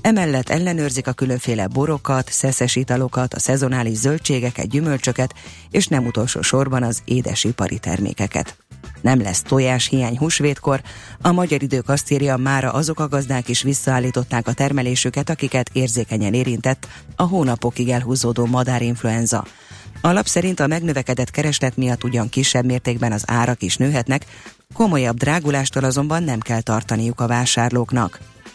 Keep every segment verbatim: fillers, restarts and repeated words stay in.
Emellett ellenőrzik a különféle borokat, szeszes italokat, a szezonális zöldségeket, gyümölcsöket, és nem utolsó sorban az édesipari termékeket. Nem lesz tojáshiány húsvétkor, a Magyar Idők azt írja, mára azok a gazdák is visszaállították a termelésüket, akiket érzékenyen érintett a hónapokig elhúzódó madárinfluenza. A lap szerint a megnövekedett kereslet miatt ugyan kisebb mértékben az árak is nőhetnek, komolyabb drágulástól azonban nem kell tartaniuk a vásárlóknak.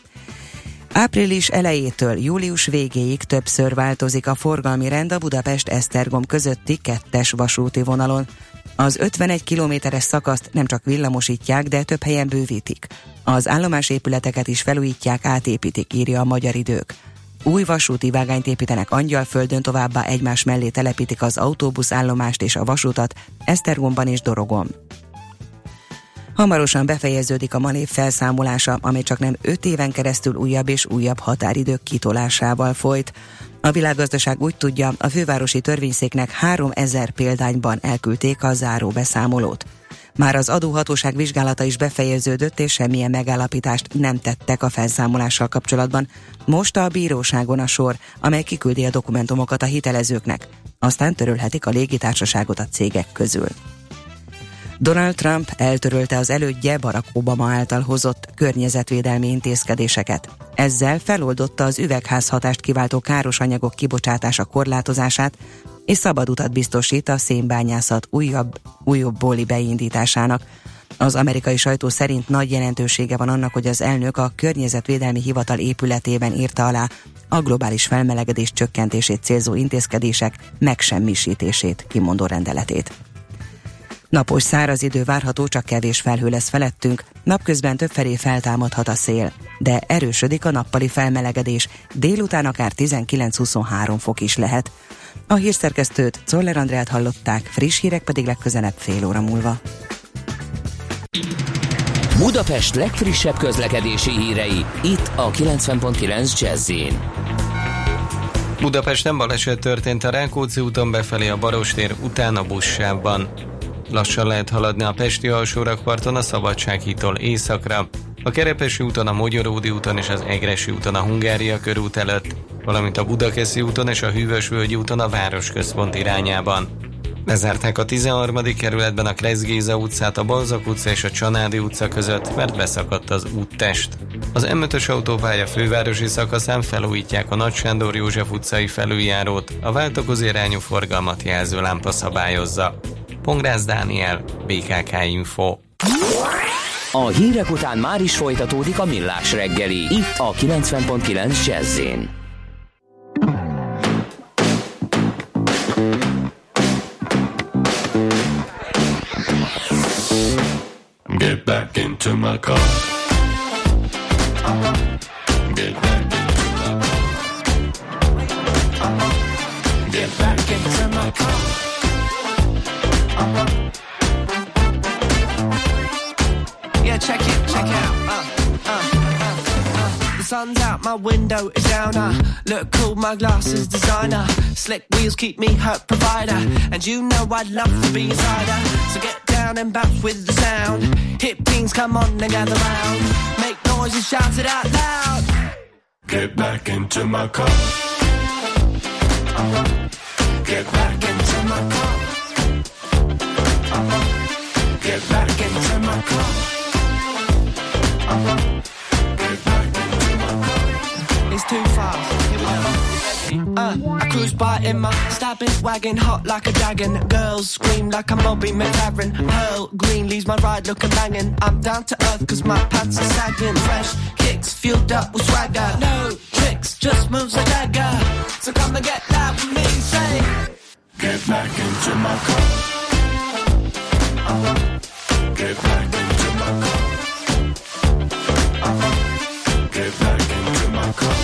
Április elejétől július végéig többször változik a forgalmi rend a Budapest-Esztergom közötti kettes vasúti vonalon. Az ötvenegy kilométeres szakaszt nem csak villamosítják, de több helyen bővítik. Az állomásépületeket is felújítják, átépítik, írja a Magyar Idők. Új vasúti vágányt építenek Angyalföldön, továbbá egymás mellé telepítik az autóbuszállomást és a vasutat Esztergomban és Dorogon. Hamarosan befejeződik a MANÉV felszámolása, amely csak nem öt éven keresztül újabb és újabb határidők kitolásával folyt. A Világgazdaság úgy tudja, a fővárosi törvényszéknek háromezer példányban elküldték a záró beszámolót. Már az adóhatóság vizsgálata is befejeződött, és semmilyen megállapítást nem tettek a felszámolással kapcsolatban. Most a bíróságon a sor, amely kiküldi a dokumentumokat a hitelezőknek. Aztán törölhetik a légitársaságot a cégek közül. Donald Trump eltörölte az elődje Barack Obama által hozott környezetvédelmi intézkedéseket. Ezzel feloldotta az üvegházhatást kiváltó káros anyagok kibocsátása korlátozását, és szabad utat biztosít a szénbányászat újabb, újabb bóli beindításának. Az amerikai sajtó szerint nagy jelentősége van annak, hogy az elnök a Környezetvédelmi Hivatal épületében írta alá a globális felmelegedés csökkentését célzó intézkedések megsemmisítését kimondó rendeletét. Napos száraz idő várható, csak kevés felhő lesz felettünk, napközben többfelé feltámadhat a szél, de erősödik a nappali felmelegedés, délután akár tizenkilenc-huszonhárom fok is lehet. A hírszerkesztőt, Czoller Andrát hallották, friss hírek pedig legközelebb fél óra múlva. Budapest legfrissebb közlekedési hírei, itt a kilencven pont kilenc Jazz-in. Budapesten baleset történt a Rákóczi úton befelé a Barostér után a buszsávban. Lassan lehet haladni a Pesti alsórakparton a Szabadsághídtól északra, a Kerepesi úton, a Mogyoródi úton és az Egressy úton a Hungária körút előtt, valamint a Budakeszi úton és a Hűvösvölgyi úton a Városközpont irányában. Lezárták a tizenharmadik kerületben a Kressz Géza utcát, a Balzak utca és a Csanádi utca között, mert beszakadt az úttest. Az em ötös autópálya fővárosi szakaszán felújítják a Nagy Sándor József utcai felüljárót, a váltakozó irányú forgalmat jelző lámpa szabályozza. Pongrász Dániel, bé ká ká Info. A hírek után már is folytatódik a Millás reggeli, itt a kilencven pont kilenc Jazz-in. Get back into my car. Get back into my car. Get back into my car. Yeah, check it, check it out. Uh, uh, uh, uh. The sun's out, my window is down. I look cool, my glasses designer. Slick wheels keep me hurt provider. And you know I'd love to be a rider. So get down and bounce with the sound. Hit beans, come on and gather round. Make noise and shout it out loud. Get back into my car. Get back into my car. Get back into my car. Get back into my car. It's too fast. Here we go. Uh, I cruise by in my stabbing wagon, hot like a dragon. Girls scream like I'm Bobby McLaren. Pearl green leaves my ride looking banging. I'm down to earth cause my pants are sagging. Fresh kicks fueled up with swagger. No tricks, just moves like dagger. So come and get loud with me, say get back into my car. Get back into my car. Get back into my car.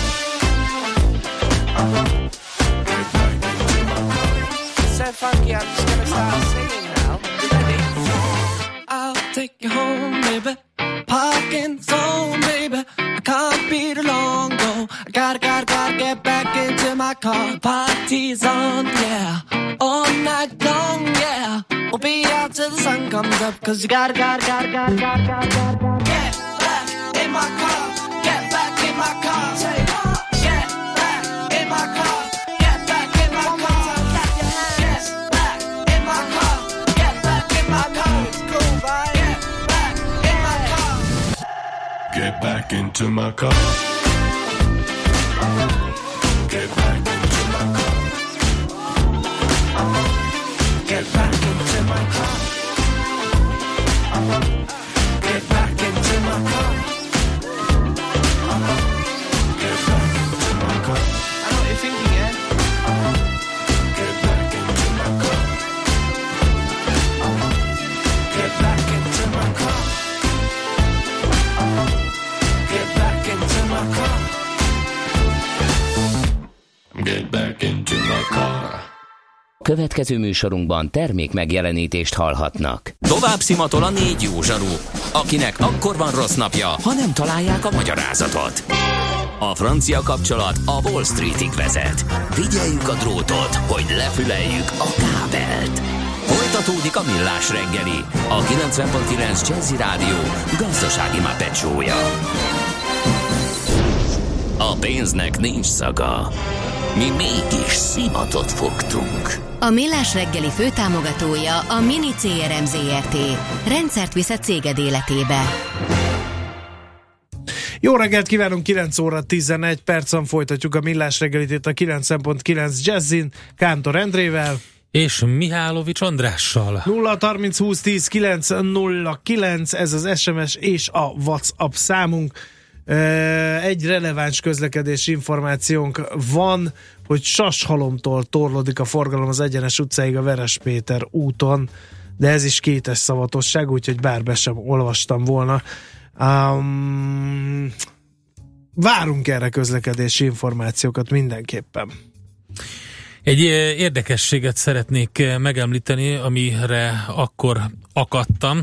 Get back into my car. It's so funky, I'm just gonna start singing now. You ready? I'll take you home, baby. Parking zone, baby. I can't be too long, go. I gotta, gotta, gotta get back into my car. Party's on, yeah. All night long, yeah. We'll be out till the sun comes up. Cause you gotta, gotta, gotta, gotta, gotta, gotta, gotta, gotta. Get back in my car. Get back in my car. Say, into my car. Get back into my car. Get back into my car. Get back into my car. Get back into my car. I know what you're thinking, yeah? Get back into my car. Get back into my car. Get back into my car. Get back into my car. Következő műsorunkban termék megjelenítést hallhatnak. Tovább szimatol a négy jó zsaru, akinek akkor van rossz napja, ha nem találják a magyarázatot. A francia kapcsolat a Wall Streetig vezet. Figyeljük a drótot, hogy lefüleljük a kábelt. Folytatódik a Millás reggeli, a kilencven pont kilenc Jazzy Rádió gazdasági mápecsója. A pénznek nincs szaga. Mi mégis szimatot fogtunk. A Millás reggeli főtámogatója a Mini cé er em Zrt. Rendszert visz a céged életébe. Jó reggelt kívánunk, kilenc óra tizenegy percen folytatjuk a Millás reggelit itt a kilencven pont kilenc Jazzin, Kántor Endrével. És Mihálovics Andrással. nulla harminc húsz tíz kilenc nulla kilenc, ez az es em es és a WhatsApp számunk. Egy releváns közlekedési információnk van, hogy Sashalomtól torlódik a forgalom az Egyenes utcáig a Veres Péter úton, de ez is kétes szavatosság, úgyhogy bár be sem olvastam volna. Um, várunk erre közlekedési információkat mindenképpen. Egy érdekességet szeretnék megemlíteni, amire akkor akadtam,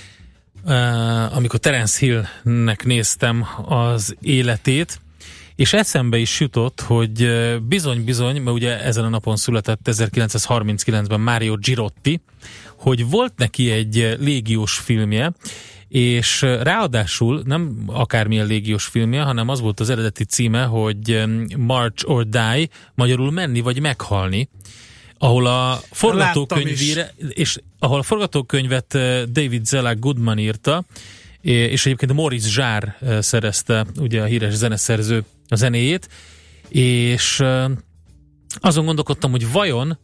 amikor Terence Hillnek néztem az életét, és eszembe is jutott, hogy bizony-bizony, mert ugye ezen a napon született ezerkilencszázharminckilencben Mario Girotti, hogy volt neki egy légiós filmje, és ráadásul nem akármilyen légiós filmje, hanem az volt az eredeti címe, hogy March or Die, magyarul menni vagy meghalni, ahol a forgatókönyvére, és ahol a forgatókönyvet David Zella Goodman írta, és egyébként Maurice Jarre szerezte, ugye a híres zeneszerző, a zenéjét, és azon gondolkodtam, hogy vajon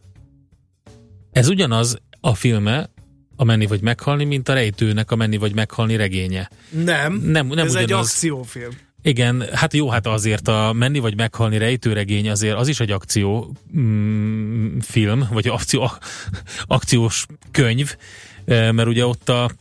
ez ugyanaz a filme, a Menni vagy meghalni, mint a Rejtőnek a Menni vagy meghalni regénye. Nem, nem, nem ez ugyanaz. egy akciófilm. Igen, hát jó, hát azért a Menni vagy meghalni rejtőregény azért az is egy akció mm, film, vagy akció, akciós könyv, mert ugye ott a, a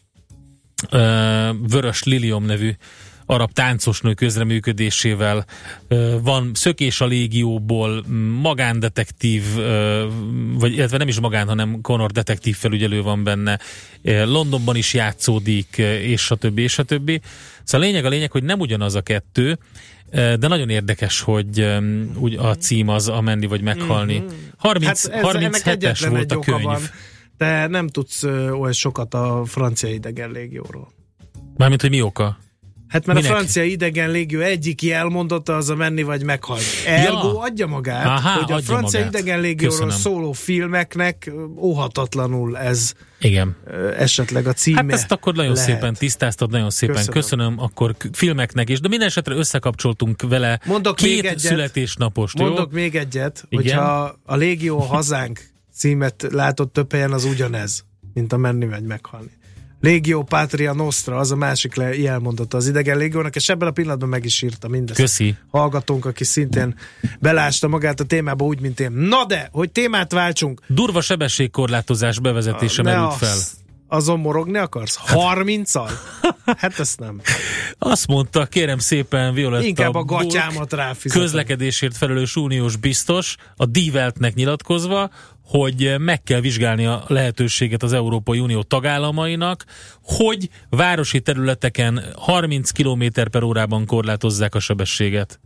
Vörös Liliom nevű arab táncosnő közreműködésével van Szökés a légióból, magándetektív, vagy illetve nem is magán, hanem Connor detektív felügyelő van benne, Londonban is játszódik, és stb. és stb. Szóval a lényeg a lényeg, hogy nem ugyanaz a kettő, de nagyon érdekes, hogy úgy a cím az a Menni vagy meghalni. harminc, hát harminchetes volt a könyv. Van, de nem tudsz olyan sokat a francia idegen légióról. Mármint, hogy mi oka? Hát mert Minek? A francia idegen légió egyik jelmondata az a menni vagy meghalni. Ergo ja. adja magát, Aha, hogy a francia magát. idegen légióról Köszönöm. szóló filmeknek óhatatlanul ez Igen. esetleg a címe. Hát ezt akkor nagyon lehet. szépen tisztáztad, nagyon szépen köszönöm. köszönöm, akkor filmeknek is, de minden esetre összekapcsoltunk vele mondok két egyet, születésnapost. Mondok jó? még egyet, Igen? hogyha a Légió a hazánk címet látott több helyen, az ugyanez, mint a menni vagy meghalni. Légió Patria Nostra, az a másik jelmondata az idegen légiónak, és ebben a pillanatban meg is írta mindezt. Köszi. Hallgatónk, aki szintén belásta magát a témába úgy, mint én. Na de, hogy témát váltsunk. Durva sebességkorlátozás bevezetése ne merült az, fel. Azon morogni akarsz? harminccal? Hát ezt nem. Azt mondta, kérem szépen, Violetta Inkább a Bulc, gatyámat ráfizetem. közlekedésért felelős uniós biztos, a Die Weltnek nyilatkozva, hogy meg kell vizsgálni a lehetőséget az Európai Unió tagállamainak, hogy városi területeken harminc kilométer per órában korlátozzák a sebességet.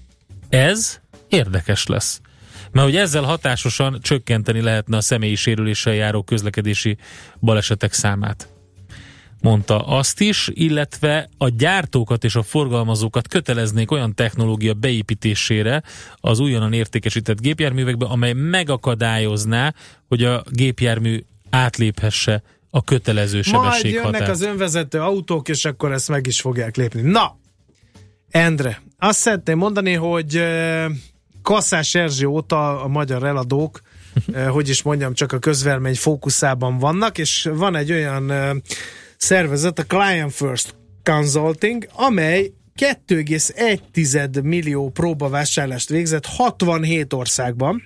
Ez érdekes lesz. Mert hogy ezzel hatásosan csökkenteni lehetne a személyi sérüléssel járó közlekedési balesetek számát. Mondta azt is, illetve a gyártókat és a forgalmazókat köteleznék olyan technológia beépítésére az újonnan értékesített gépjárművekbe, amely megakadályozná, hogy a gépjármű átléphesse a kötelező sebességhatárt. Majd jönnek az önvezető autók, és akkor ezt meg is fogják lépni. Na! Endre, azt szeretném mondani, hogy Kasszás Erzsi óta a magyar eladók, hogy is mondjam, csak a közvélemény fókuszában vannak, és van egy olyan szervezet, a Client First Consulting, amely kettő egész egy millió próbavásárlást végzett hatvanhét országban,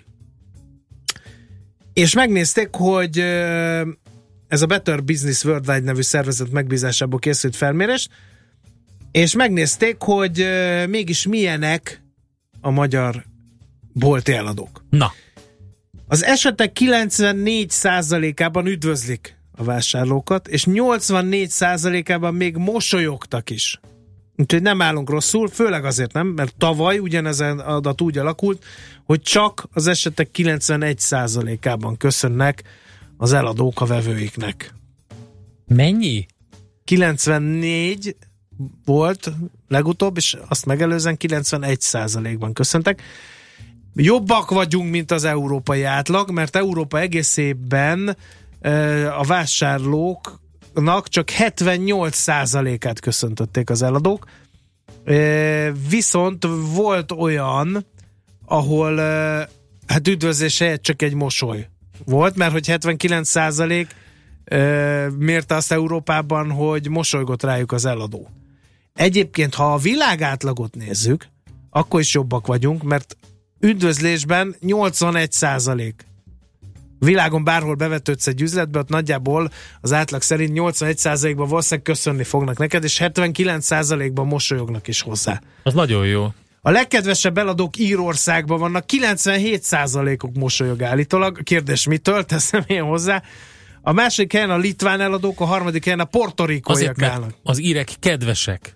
és megnézték, hogy ez a Better Business Worldwide nevű szervezet megbízásából készült felmérés, és megnézték, hogy mégis milyenek a magyar bolti eladók. Na. Az esetek kilencvennégy százalékában üdvözlik a vásárlókat, és nyolcvannégy százalékában még mosolyogtak is. Úgyhogy nem állunk rosszul, főleg azért nem, mert tavaly ugyanezen adat úgy alakult, hogy csak az esetek kilencvenegy százalékában köszönnek az eladók a vevőiknek. Mennyi? kilencvennégy volt legutóbb, és azt megelőzően kilencvenegy százalékban köszöntek. Jobbak vagyunk, mint az európai átlag, mert Európa egészében a vásárlóknak csak hetvennyolc százalékát köszöntötték az eladók. Viszont volt olyan, ahol hát üdvözlés helyett csak egy mosoly volt, mert hogy hetvenkilenc százalék mérte azt Európában, hogy mosolygott rájuk az eladó. Egyébként, ha a világátlagot nézzük, akkor is jobbak vagyunk, mert üdvözlésben nyolcvanegy százalék. Világon bárhol bevetődsz egy üzletbe, ott nagyjából az átlag szerint nyolcvanegy százalékban valószínűleg köszönni fognak neked, és hetvenkilenc százalékban mosolyognak is hozzá. Az nagyon jó. A legkedvesebb eladók Írországban vannak, kilencvenhét százalékuk mosolyog állítólag. Kérdés, mitől? Teszem én hozzá. A másik helyen a litván eladók, a harmadik helyen a portorikóiak állnak. Az írek kedvesek.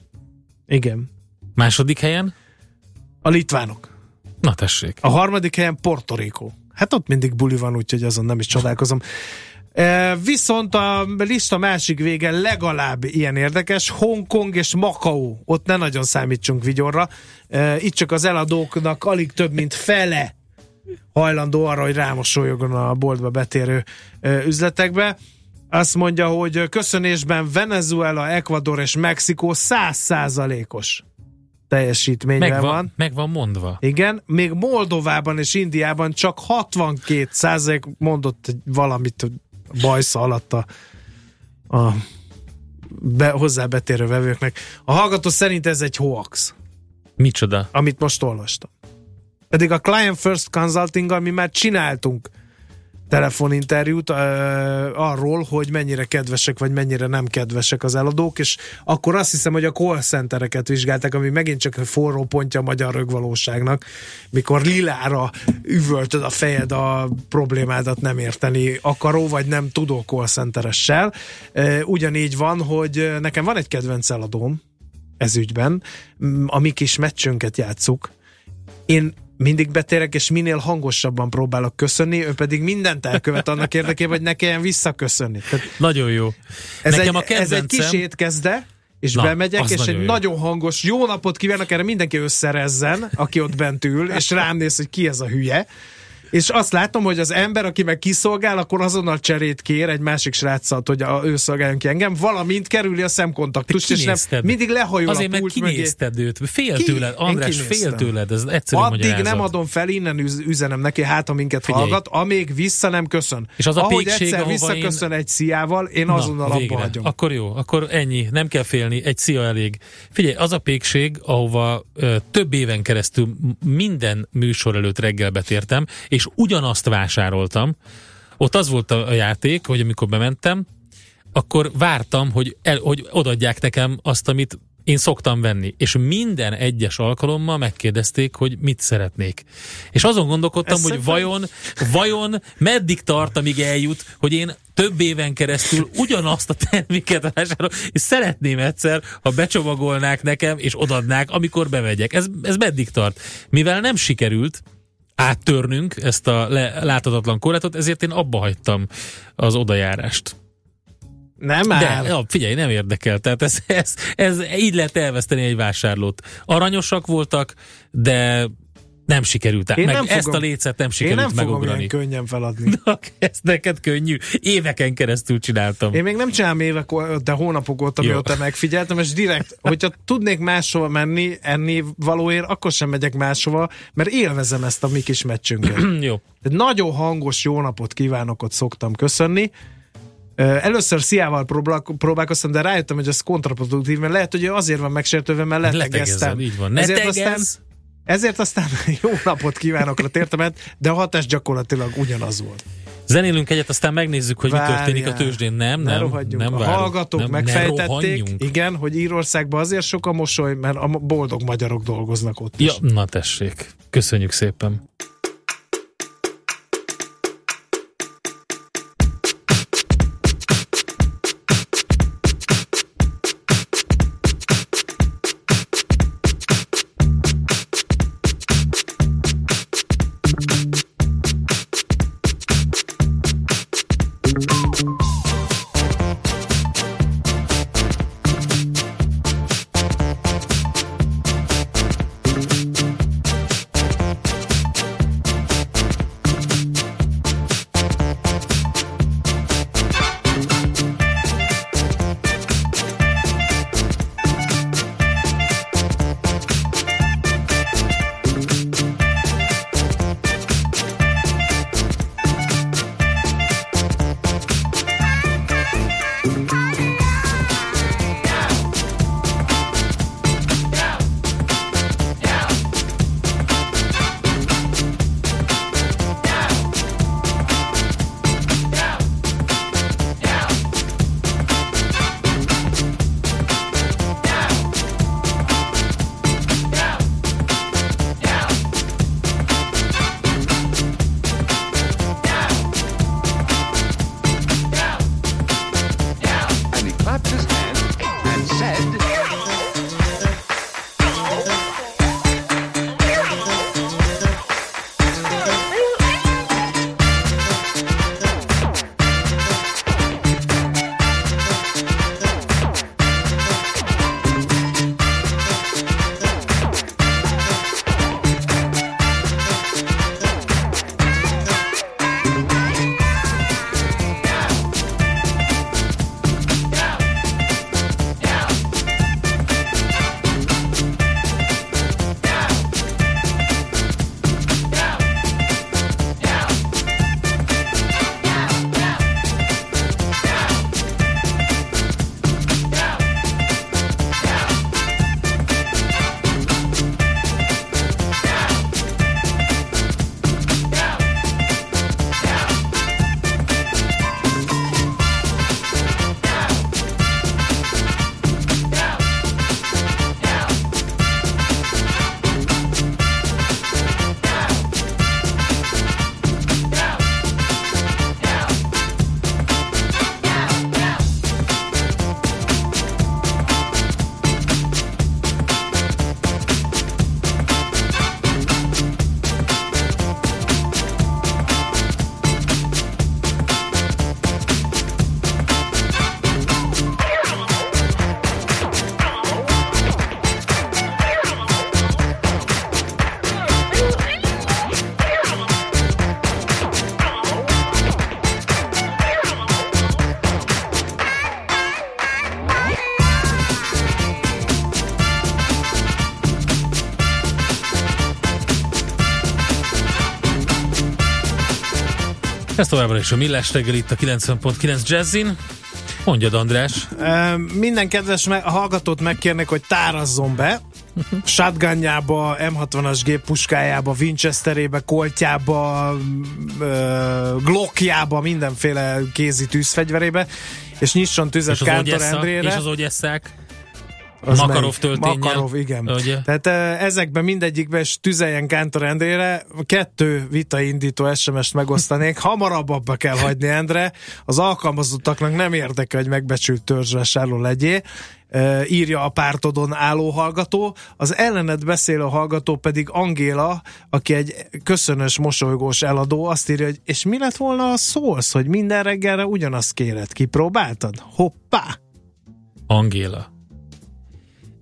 Igen. Második helyen? A litvánok. Na tessék. A harmadik helyen Puerto Rico. Hát ott mindig buli van, úgyhogy azon nem is csodálkozom. E, viszont a lista másik vége legalább ilyen érdekes, Hongkong és Macau. Ott ne nagyon számítsunk vigyorra. E, itt csak az eladóknak alig több, mint fele hajlandó arra, hogy rámosoljogon a boltba betérő e, üzletekbe. Azt mondja, hogy köszönésben Venezuela, Ecuador és Mexikó száz százalékos teljesítményben meg van, van. Meg van mondva. Igen, még Moldovában és Indiában csak hatvankét százalék mondott valamit bajsza alatt a, a be, hozzá betérő vevőknek. A hallgató szerint ez egy hoax. Micsoda? Amit most olvastam. Pedig a Client First Consulting-gal mi már csináltunk telefoninterjút uh, arról, hogy mennyire kedvesek, vagy mennyire nem kedvesek az eladók, és akkor azt hiszem, hogy a call centereket vizsgálták, ami megint csak a forró pontja a magyar rögvalóságnak, mikor lilára üvöltöd a fejed a problémádat nem érteni akaró, vagy nem tudó call centeressel. Uh, ugyanígy van, hogy nekem van egy kedvenc eladóm ez ügyben, a mi kis meccsünket játsszuk. Én mindig betérek, és minél hangosabban próbálok köszönni, ő pedig mindent elkövet annak érdekében, hogy ne kelljen visszaköszönni. Tehát nagyon jó. Ez, Nekem egy, a kedvencem... ez egy kis étkezde, és Na, bemegyek, és nagyon egy jó. nagyon hangos, jó napot kívánok, erre mindenki összerezzen, aki ott bent ül, és rám néz, hogy ki ez a hülye. És azt látom, hogy az ember, aki meg kiszolgál, akkor azonnal cserét kér egy másik sráccal, hogy a, ő szolgáljon ki engem, valamint kerüli a szemkontaktust, és nem, mindig lehajol azért a pult meg kinézted mögé. őt, fél Ki? tőled, András, fél tőled, ez egyszerű Addig magyarázat. nem adom fel, innen üz- üzenem neki, hát ha minket Figyelj. hallgat, amíg vissza nem köszön. És az a ahogy pékség, egyszer ahova visszaköszön én... egy sziával, én Na, azonnal abba hagyom. Akkor jó, akkor ennyi, nem kell félni, egy szia elég. Figyelj, az a pékség, ahova ö, több éven keresztül minden műsor előtt reggel betértem, és ugyanazt vásároltam. Ott az volt a, a játék, hogy amikor bementem, akkor vártam, hogy, el, hogy odaadják nekem azt, amit én szoktam venni. És minden egyes alkalommal megkérdezték, hogy mit szeretnék. És azon gondolkodtam, Ez hogy vajon, vajon meddig tart, amíg eljut, hogy én több éven keresztül ugyanazt a terméket vásárolom, és szeretném egyszer, ha becsomagolnák nekem, és odadnák, amikor bemegyek. Ez, ez meddig tart? Mivel nem sikerült áttörnünk ezt a le, láthatatlan korlátot, ezért én abba hagytam az odajárást. Nem áll. De ja, figyelj, nem érdekel. Tehát ez, ez, ez így lehet elveszteni egy vásárlót. Aranyosak voltak, de Nem sikerült. Én Meg nem ezt fogom, a lécet nem én sikerült nem fogom megugrani. ilyen könnyen feladni. Na, ez neked könnyű. Éveken keresztül csináltam. Én még nem csinálom évek, de hónapok óta, Jó. mióta megfigyeltem, és direkt, hogyha tudnék máshova menni, enni valóért, akkor sem megyek máshova, mert élvezem ezt a mi kis meccsünket. Jó. Egy nagyon hangos jó napot kívánok, ott szoktam köszönni. Először Sziával próbál- próbálkoztam, de rájöttem, hogy ez kontraproduktív, mert lehet, hogy ő azért van megsértőve, mert letegeztem. Letegezed, így van. Ne Ezért tegezz! aztán, ezért aztán jó napot kívánokra tértemet, de a hatás gyakorlatilag ugyanaz volt. Zenélünk egyet, aztán megnézzük, hogy Várjál. mi történik a tőzsdén. Nem, Ne nem, rohadjunk. nem A várunk. hallgatók nem, megfejtették, ne rohanjunk. igen, hogy Írországban azért sok a mosoly, mert a boldog magyarok dolgoznak ott Ja, is. na tessék. Köszönjük szépen. Ez továbbra is a Millás reggel itt a kilencven pont kilenc Jazzin. Mondjad, András. Uh, minden kedves me- hallgatót megkérnek, hogy tárazzon be. Shotgunjába, em hatvanas géppuskájába, Winchesterébe, koltjába, uh, Glockjába, mindenféle kézi tűzfegyverébe, és nyisson tüzet És az Kántor Ogyessa, Endrére. és az Ogyesszák. Az Makarov melyik? tölténnyel. Makarov, igen. Ugye? Tehát uh, ezekben mindegyikben is tüzeljen Kántor Endrére. Kettő vitaindító es em est megosztanék. Hamarabb abba kell hagyni, Endre. Az alkalmazottaknak nem érdekel, hogy megbecsült törzsvásárló legyél. Uh, írja a pártodon álló hallgató. Az ellened beszélő hallgató pedig Angéla, aki egy köszönös, mosolygós eladó, azt írja, hogy és mi lett volna, ha szólsz, hogy minden reggelre ugyanazt kéred? Kipróbáltad? Hoppá! Angéla.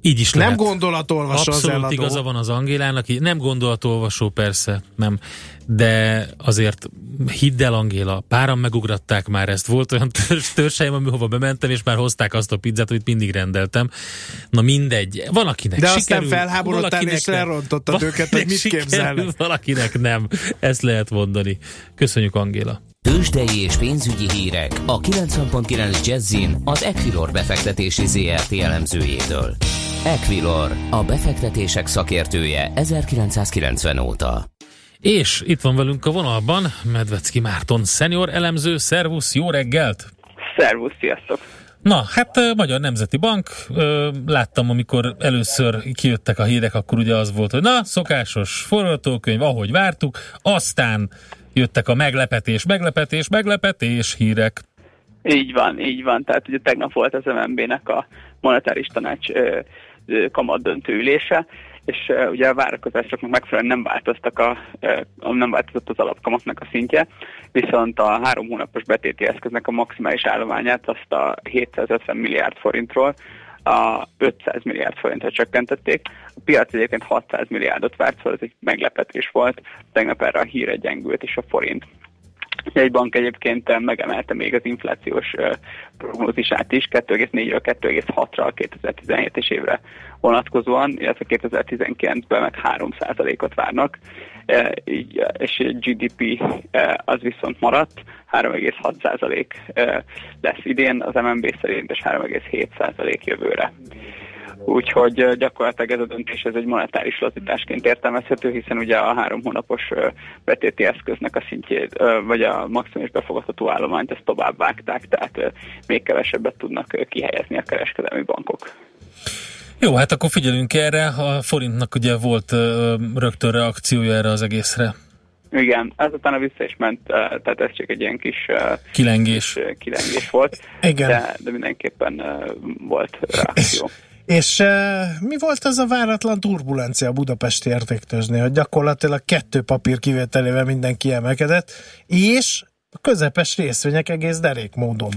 Így is nem lehet. gondolatolvasó az eladó. Abszolút igaza van az Angélának, nem gondolatolvasó persze, nem, de azért hidd el, Angéla, páran megugratták már ezt. Volt olyan törzselyem, amihova bementem, és már hozták azt a pizzát, amit mindig rendeltem. Na mindegy, van akinek de sikerül. De aztán felháborodtál, és lerontottad őket, hogy mit képzelnek. Valakinek nem, ezt lehet mondani. Köszönjük, Angéla. Tőzsdei és pénzügyi hírek a kilencven pont kilenc Jazzin az Equilor befektetési zé er té elemzőjétől. Equilor, a befektetések szakértője ezerkilencszázkilencven óta. És itt van velünk a vonalban Medvecki Márton, szenior elemző. Szervusz, jó reggelt! Szervusz, sziasztok! Na, hát Magyar Nemzeti Bank, láttam, amikor először kijöttek a hírek, akkor ugye az volt, hogy na, szokásos forgatókönyv, ahogy vártuk, aztán jöttek a meglepetés, meglepetés, meglepetés hírek. Így van, így van. Tehát ugye tegnap volt az em en bé-nek a monetáris tanács ö, ö, kamat döntő ülése, és ö, ugye a várakozásoknak megfelelően nem változtak a, ö, nem változott az alapkamatnak a szintje, viszont a három hónapos betéti eszköznek a maximális állományát azt a hétszázötven milliárd forintról a ötszáz milliárd forintra csökkentették. A piac egyébként hatszáz milliárdot várt, szóval ez egy meglepetés volt. Tegnap erre a hírre gyengült is a forint. Egy bank egyébként megemelte még az inflációs prognózisát is, kettő egész négyről kettő egész hatra a kétezer-tizenhétes évre vonatkozóan, illetve kétezer-tizenkilencben meg három százalékot várnak, és a gé dé pé az viszont maradt, három egész hat százalék lesz idén az em en bé szerint, és három egész hét százalék jövőre. Úgyhogy gyakorlatilag ez a döntés ez egy monetáris lazításként értelmezhető, hiszen ugye a három hónapos betéti eszköznek a szintjét, vagy a maximális befogadható állományt ezt tovább vágták, tehát még kevesebbet tudnak kihelyezni a kereskedelmi bankok. Jó, hát akkor figyelünk erre, a forintnak ugye volt rögtön reakciója erre az egészre. Igen, ezután vissza is ment, tehát ez csak egy ilyen kis kilengés, kis kilengés volt, Igen. De, de mindenképpen volt reakció. És uh, mi volt ez a váratlan turbulencia a budapesti értéktőzsnél, hogy gyakorlatilag kettő papír kivételével mindenki emelkedett, és a közepes részvények egész derék módon.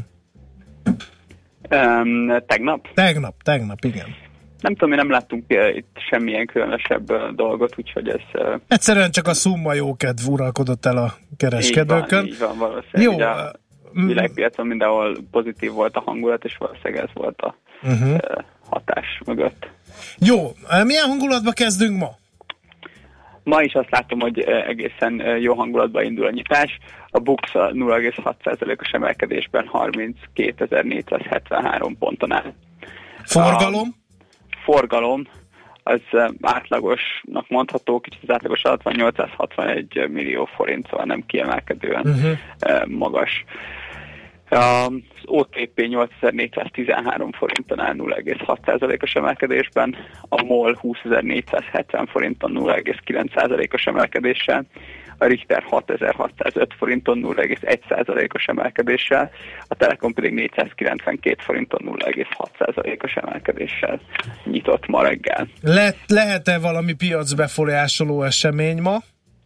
Um, tegnap? Tegnap, tegnap, igen. Nem tudom, mi nem láttunk uh, itt semmilyen különösebb uh, dolgot, úgyhogy ez... Uh, Egyszerűen csak a szumma jókedv uralkodott el a kereskedőkön. Így van, így van valószínűleg. Jó. Ugye a világpiacon mindenhol pozitív volt a hangulat, és valószínűleg ez volt a uh-huh. uh, hatás mögött. Jó, milyen hangulatba kezdünk ma? Ma is azt látom, hogy egészen jó hangulatba indul a nyitás. A Bux a nulla egész hat százalékos emelkedésben harminckétezer-négyszázhetvenhárom ponton áll. Forgalom? A forgalom az átlagosnak mondható, kicsit az átlagos alatt van, nyolcszázhatvanegy millió forint, szóval nem kiemelkedően uh-huh. magas. Az o té pé nyolcezer-négyszáztizenhárom forinton áll nulla egész hat százalékos emelkedésben, a MOL húszezer-négyszázhetven forinton nulla egész kilenc százalékos emelkedéssel, a Richter hatezer-hatszázöt forinton nulla egész egy százalékos emelkedéssel, a Telekom pedig négyszázkilencvenkét forinton nulla egész hat százalékos emelkedéssel nyitott ma reggel. Le- lehet-e valami piacbefolyásoló esemény ma?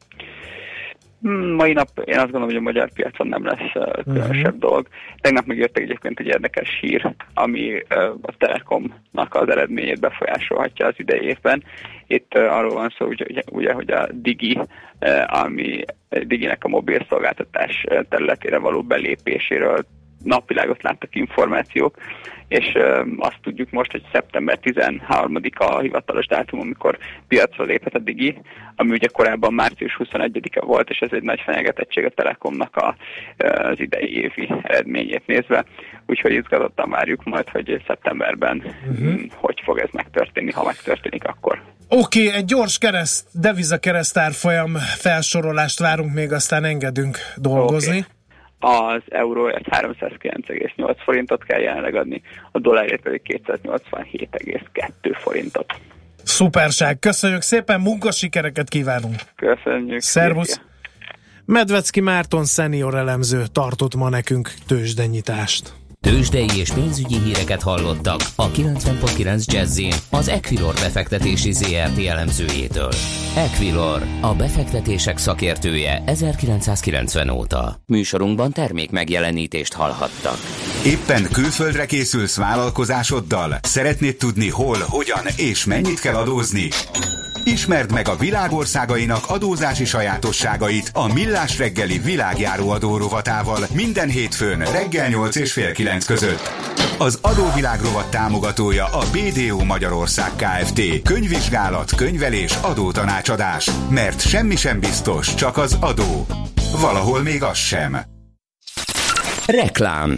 Mai nap én azt gondolom, hogy a magyar piacon nem lesz uh, különösebb uh-huh. dolog. Tegnap megjöttek egyébként egy érdekes hír, ami uh, a Telekomnak az eredményét befolyásolhatja az idei évben. Itt uh, arról van szó, ugye, ugye, hogy a Digi, uh, ami Diginek a mobil szolgáltatás területére való belépéséről napvilágot láttak információk, és ö, azt tudjuk most, hogy szeptember tizenharmadika a hivatalos dátum, amikor piacra léphet a Digi, ami ugye korábban március huszonegyedike volt, és ez egy nagy fenyegetettség a Telekomnak a, az idei évi eredményét nézve. Úgyhogy izgatottan várjuk majd, hogy szeptemberben uh-huh. hogy fog ez megtörténni, ha megtörténik akkor. Oké, okay, egy gyors kereszt, deviza keresztárfolyam felsorolást várunk még, aztán engedünk dolgozni. Okay. Az euróért háromszázkilenc egész nyolc forintot kell jelenleg adni, a dollárért pedig kétszáznyolcvanhét egész kettő forintot. Szuperság, köszönjük szépen, munkasikereket kívánunk! Köszönjük! Szervusz! Medvecki Márton szenior elemző tartott ma nekünk tőzsdenyitást. Tőzsdei és pénzügyi híreket hallottak a kilencven pont kilenc Jazzin az Equilor befektetési zé er té elemzőjétől. Equilor, a befektetések szakértője ezerkilencszázkilencven óta. Műsorunkban termék megjelenítést hallhattak. Éppen külföldre készülsz vállalkozásoddal? Szeretnéd tudni hol, hogyan és mennyit kell adózni? Ismerd meg a világországainak adózási sajátosságait a Millás reggeli világjáró adó rovatával minden hétfőn reggel nyolc és fél kilenc között. Az adóvilág rovat támogatója a bé dé o Magyarország Kft. Könyvvizsgálat, könyvelés, adótanácsadás. Mert semmi sem biztos, csak az adó. Valahol még az sem. Reklám.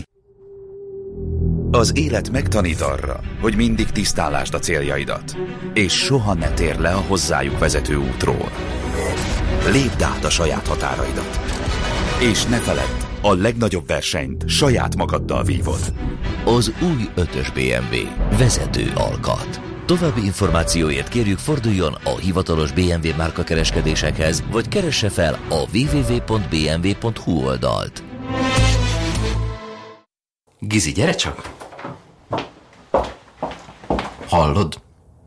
Az élet megtanít arra, hogy mindig tisztán lásd a céljaidat, és soha ne térd le a hozzájuk vezető útról. Lépd át a saját határaidat. És ne feledd, a legnagyobb versenyt saját magaddal vívod. Az új ötös bé em vé vezető alkat. További információért kérjük, forduljon a hivatalos bé em vé márkakereskedésekhez, vagy keresse fel a double-u double-u double-u pont b m w pont h u oldalt. Gizi, gyere csak! Hallod?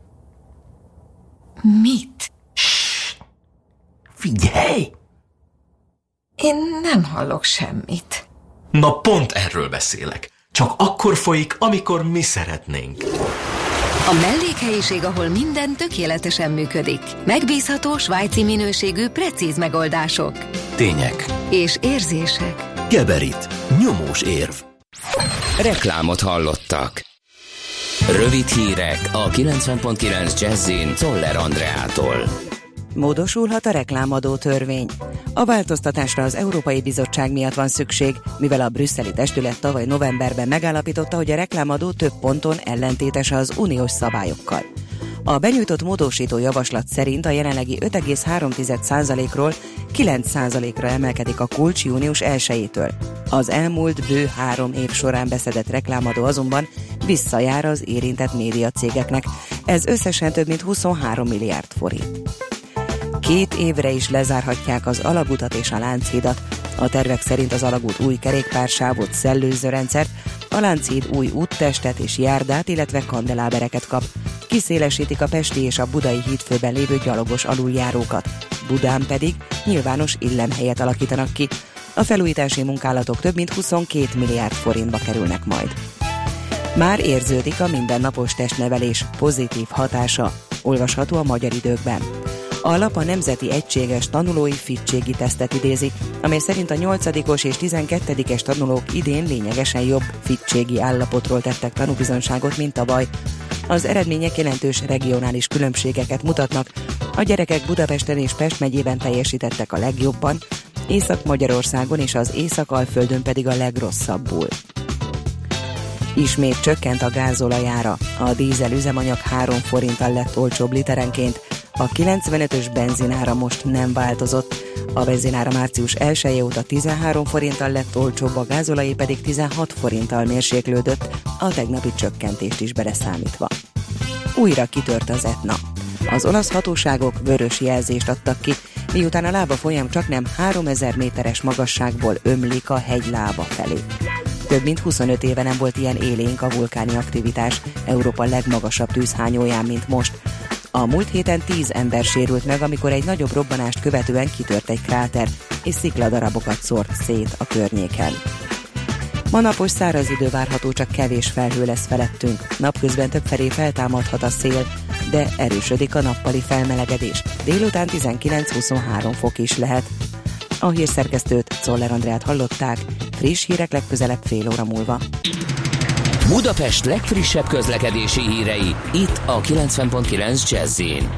Mit? Ssss! Figyelj! Én nem hallok semmit. Na pont erről beszélek. Csak akkor folyik, amikor mi szeretnénk. A mellékhelyiség, ahol minden tökéletesen működik. Megbízható, svájci minőségű, precíz megoldások. Tények. És érzések. Geberit. Nyomós érv. Reklámot hallottak. Rövid hírek a kilencven pont kilenc Jazzin Czoller Andreától. Módosulhat a reklámadó törvény. A változtatásra az Európai Bizottság miatt van szükség, mivel a brüsszeli testület tavaly novemberben megállapította, hogy a reklámadó több ponton ellentétes az uniós szabályokkal. A benyújtott módosító javaslat szerint a jelenlegi öt egész három százalékról kilenc százalékra emelkedik a kulcs június elsejétől. Az elmúlt bő három év során beszedett reklámadó azonban visszajár az érintett médiacégeknek. Ez összesen több mint huszonhárom milliárd forint. Két évre is lezárhatják az alagutat és a Lánchídat. A tervek szerint az alagút új kerékpársávot, szellőzőrendszert, a Lánchíd új úttestet és járdát, illetve kandelábereket kap. Kiszélesítik a pesti és a budai hídfőben lévő gyalogos aluljárókat. Budán pedig nyilvános illemhelyet alakítanak ki. A felújítási munkálatok több mint huszonkét milliárd forintba kerülnek majd. Már érződik a mindennapos testnevelés pozitív hatása, olvasható a Magyar Időkben. A lap a Nemzeti Egységes Tanulói Fittségi Tesztet idézi, amely szerint a nyolcadikos és tizenkettedikes tanulók idén lényegesen jobb fittségi állapotról tettek tanúbizonyságot, mint tavaly. Az eredmények jelentős regionális különbségeket mutatnak. A gyerekek Budapesten és Pest megyében teljesítettek a legjobban, Észak-Magyarországon és az Észak-Alföldön pedig a legrosszabbul. Ismét csökkent a gázolajára. A dízel üzemanyag három forinttal lett olcsóbb literenként. A kilencvenötös benzinára most nem változott. A benzinára március elseje óta tizenhárom forinttal lett olcsóbb, a gázolajé pedig tizenhat forinttal mérséklődött, a tegnapi csökkentést is beleszámítva. Újra kitört az Etna. Az olasz hatóságok vörös jelzést adtak ki, miután a lába folyam csaknem háromezer méteres magasságból ömlik a hegy lába felé. Több mint huszonöt éve nem volt ilyen élénk a vulkáni aktivitás Európa legmagasabb tűzhányóján, mint most. A múlt héten tíz ember sérült meg, amikor egy nagyobb robbanást követően kitört egy kráter, és szikladarabokat szórt szét a környéken. Ma napos száraz idő várható, csak kevés felhő lesz felettünk. Napközben többfelé feltámadhat a szél, de erősödik a nappali felmelegedés. Délután tizenkilenc-huszonhárom fok is lehet. A hírszerkesztőt, Czoller Andreát hallották, friss hírek legközelebb fél óra múlva. Budapest legfrissebb közlekedési hírei, itt a kilencven pont kilenc Jazz-in.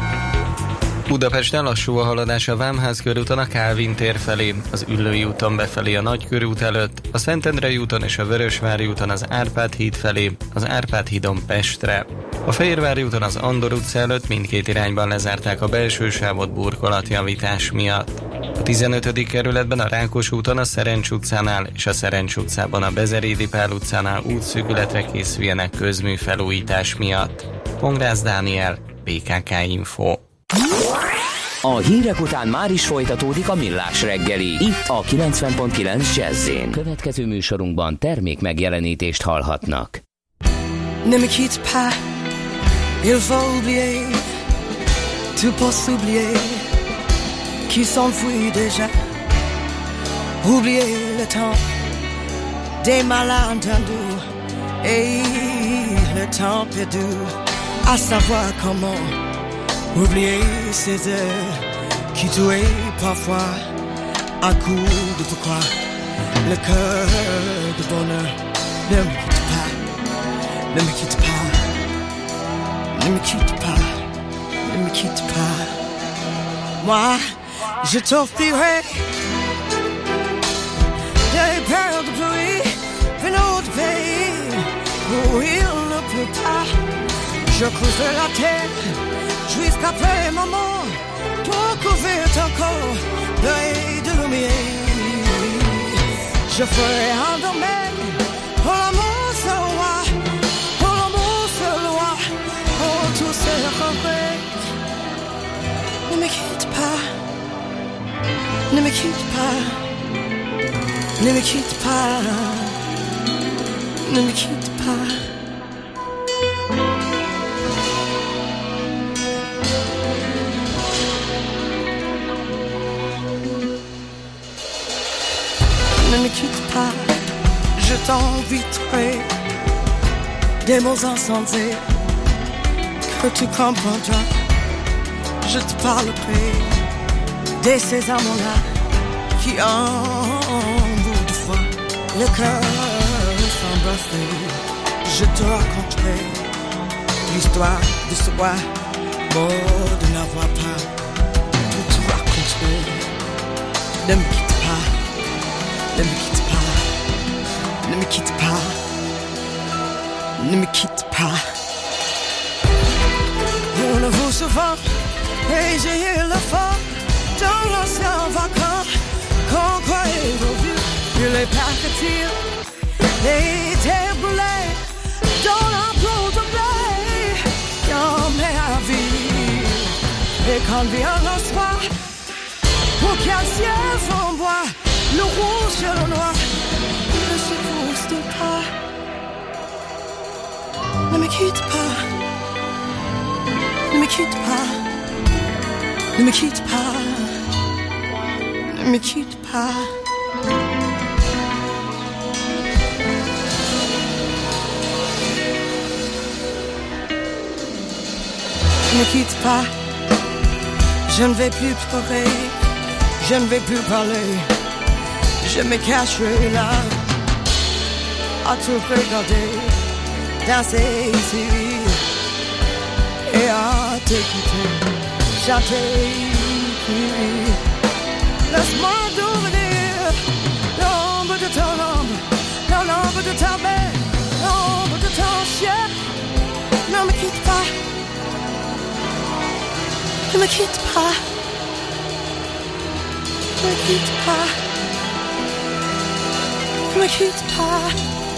Budapesten lassú a haladás a Vámház körúton a Kálvin tér felé, az Üllői úton befelé a Nagykörút előtt, a Szentendrei úton és a Vörösvári úton az Árpád híd felé, az Árpád hídon Pestre. A Fehérvári úton az Andor utca előtt mindkét irányban lezárták a belső sávot burkolatjavítás miatt. A tizenötödik kerületben a Rákos úton a Szerencs utcánál és a Szerencs utcában a Bezerédi Pál utcánál útszűkületre készüljenek közműfelújítás miatt. Pongrász Dániel, bé ká ká Info. A hírek után már is folytatódik a Millás reggeli, itt a kilencven pont kilenc Jazz-én. Következő műsorunkban termék megjelenítést hallhatnak. Ne me quitte pas, il faut oublier, tout pour s'oublier, qui s'enfuit déjà, oublier le temps des malentendus et le temps perdu, à savoir comment oublier ces heures qui tuaient parfois à coup de pourquoi le cœur de bonheur. Ne me quitte pas, ne me quitte pas, ne me quitte pas, ne me quitte pas. Moi, je t'offrirai des perles de pluie venant de pays où il ne pleut pas. Je creuserai la terre jusqu'après ma mort pour couvrir ton corps d'œil de lumière. Je ferai un domaine pour l'amour se roi, pour l'amour se roi, pour tous ces regrets. Ne me quitte pas, ne me quitte pas, ne me quitte pas, ne me quitte pas. Ne me quitte pas, je t'inviterai des mots insensés que tu comprendras. Je te parlerai de ces amants-là qui en bout de foi le cœur s'embrasse. Je te raconterai l'histoire de ce roi mort de n'avoir pas tout te raconter. Ne me quitte pas, ne me quitte pas, ne me quitte pas, ne me quitte pas. On le voit souvent et j'ai eu le fort dans l'ancien vacan qu'on croyait revu. Je l'ai parti, les terres brûlées dans la peau de blé dans ma vie. Et quand vient le soir, pour qu'un ciel flamboie, le rouge et le noir ne se poussent pas. Ne me quitte pas, ne me quitte pas, ne me quitte pas, ne me quitte pas. Ne me quitte pas, je ne vais plus pleurer, je ne vais plus parler. Je me cacherai là, à te regarder, danser ici, et à t'écouter, chanter. Laisse-moi devenir l'ombre de ton ombre, l'ombre de ta belle, l'ombre de ton chien. Ne me quitte pas, ne me quitte pas, ne me quitte pas. Ne me quitte pas.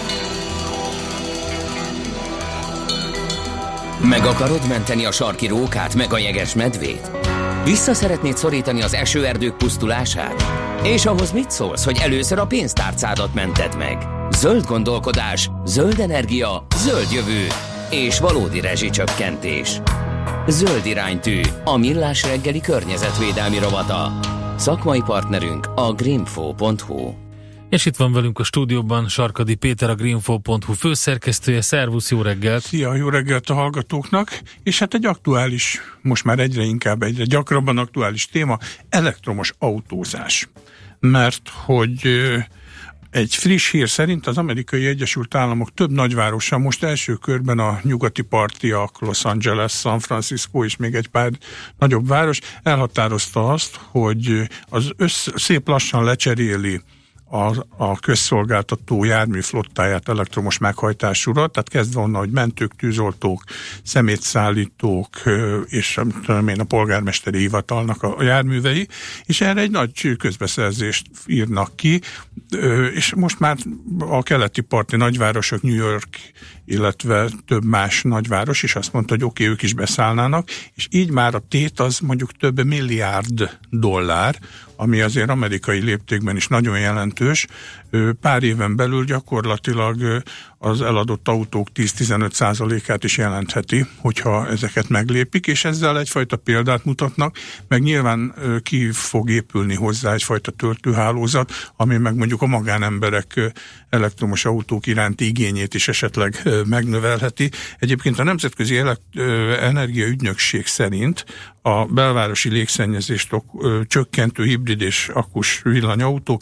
Meg akarod menteni a sarki rókát, meg a jeges medvét? Vissza szeretnéd szorítani az esőerdők pusztulását? És ahhoz mit szólsz, hogy először a pénztárcádat mented meg? Zöld gondolkodás, zöld energia, zöld jövő és valódi rezsicsökkentés. Zöld iránytű, a Millás reggeli környezetvédelmi rovata. Szakmai partnerünk a greenfo pont hu. És itt van velünk a stúdióban Sarkadi Péter, a greenfo pont hu főszerkesztője. Szervusz, jó reggelt! Szia, jó reggelt a hallgatóknak! És hát egy aktuális, most már egyre inkább, egyre gyakrabban aktuális téma, elektromos autózás. Mert hogy egy friss hír szerint az Amerikai Egyesült Államok több nagyvárosa, most első körben a nyugati partiak, Los Angeles, San Francisco és még egy pár nagyobb város elhatározta azt, hogy az össz, szép lassan lecseréli A, a közszolgáltató járműflottáját elektromos meghajtásúra, tehát kezdve onnan, hogy mentők, tűzoltók, szemétszállítók és tudom én, a polgármesteri hivatalnak a, a járművei, és erre egy nagy közbeszerzést írnak ki, és most már a keleti parti nagyvárosok, New York, illetve több más nagyváros is azt mondta, hogy oké, okay, ők is beszállnának, és így már a tét az mondjuk több milliárd dollár, ami azért amerikai léptékben is nagyon jelentős, jelentős. Pár éven belül gyakorlatilag az eladott autók tíz-tizenöt százalékát is jelentheti, hogyha ezeket meglépik, és ezzel egyfajta példát mutatnak, meg nyilván ki fog épülni hozzá egyfajta töltőhálózat, ami meg mondjuk a magánemberek elektromos autók iránti igényét is esetleg megnövelheti. Egyébként a Nemzetközi Elekt- Energiaügynökség szerint a belvárosi légszennyezést ok- csökkentő hibrid és akkus villanyautók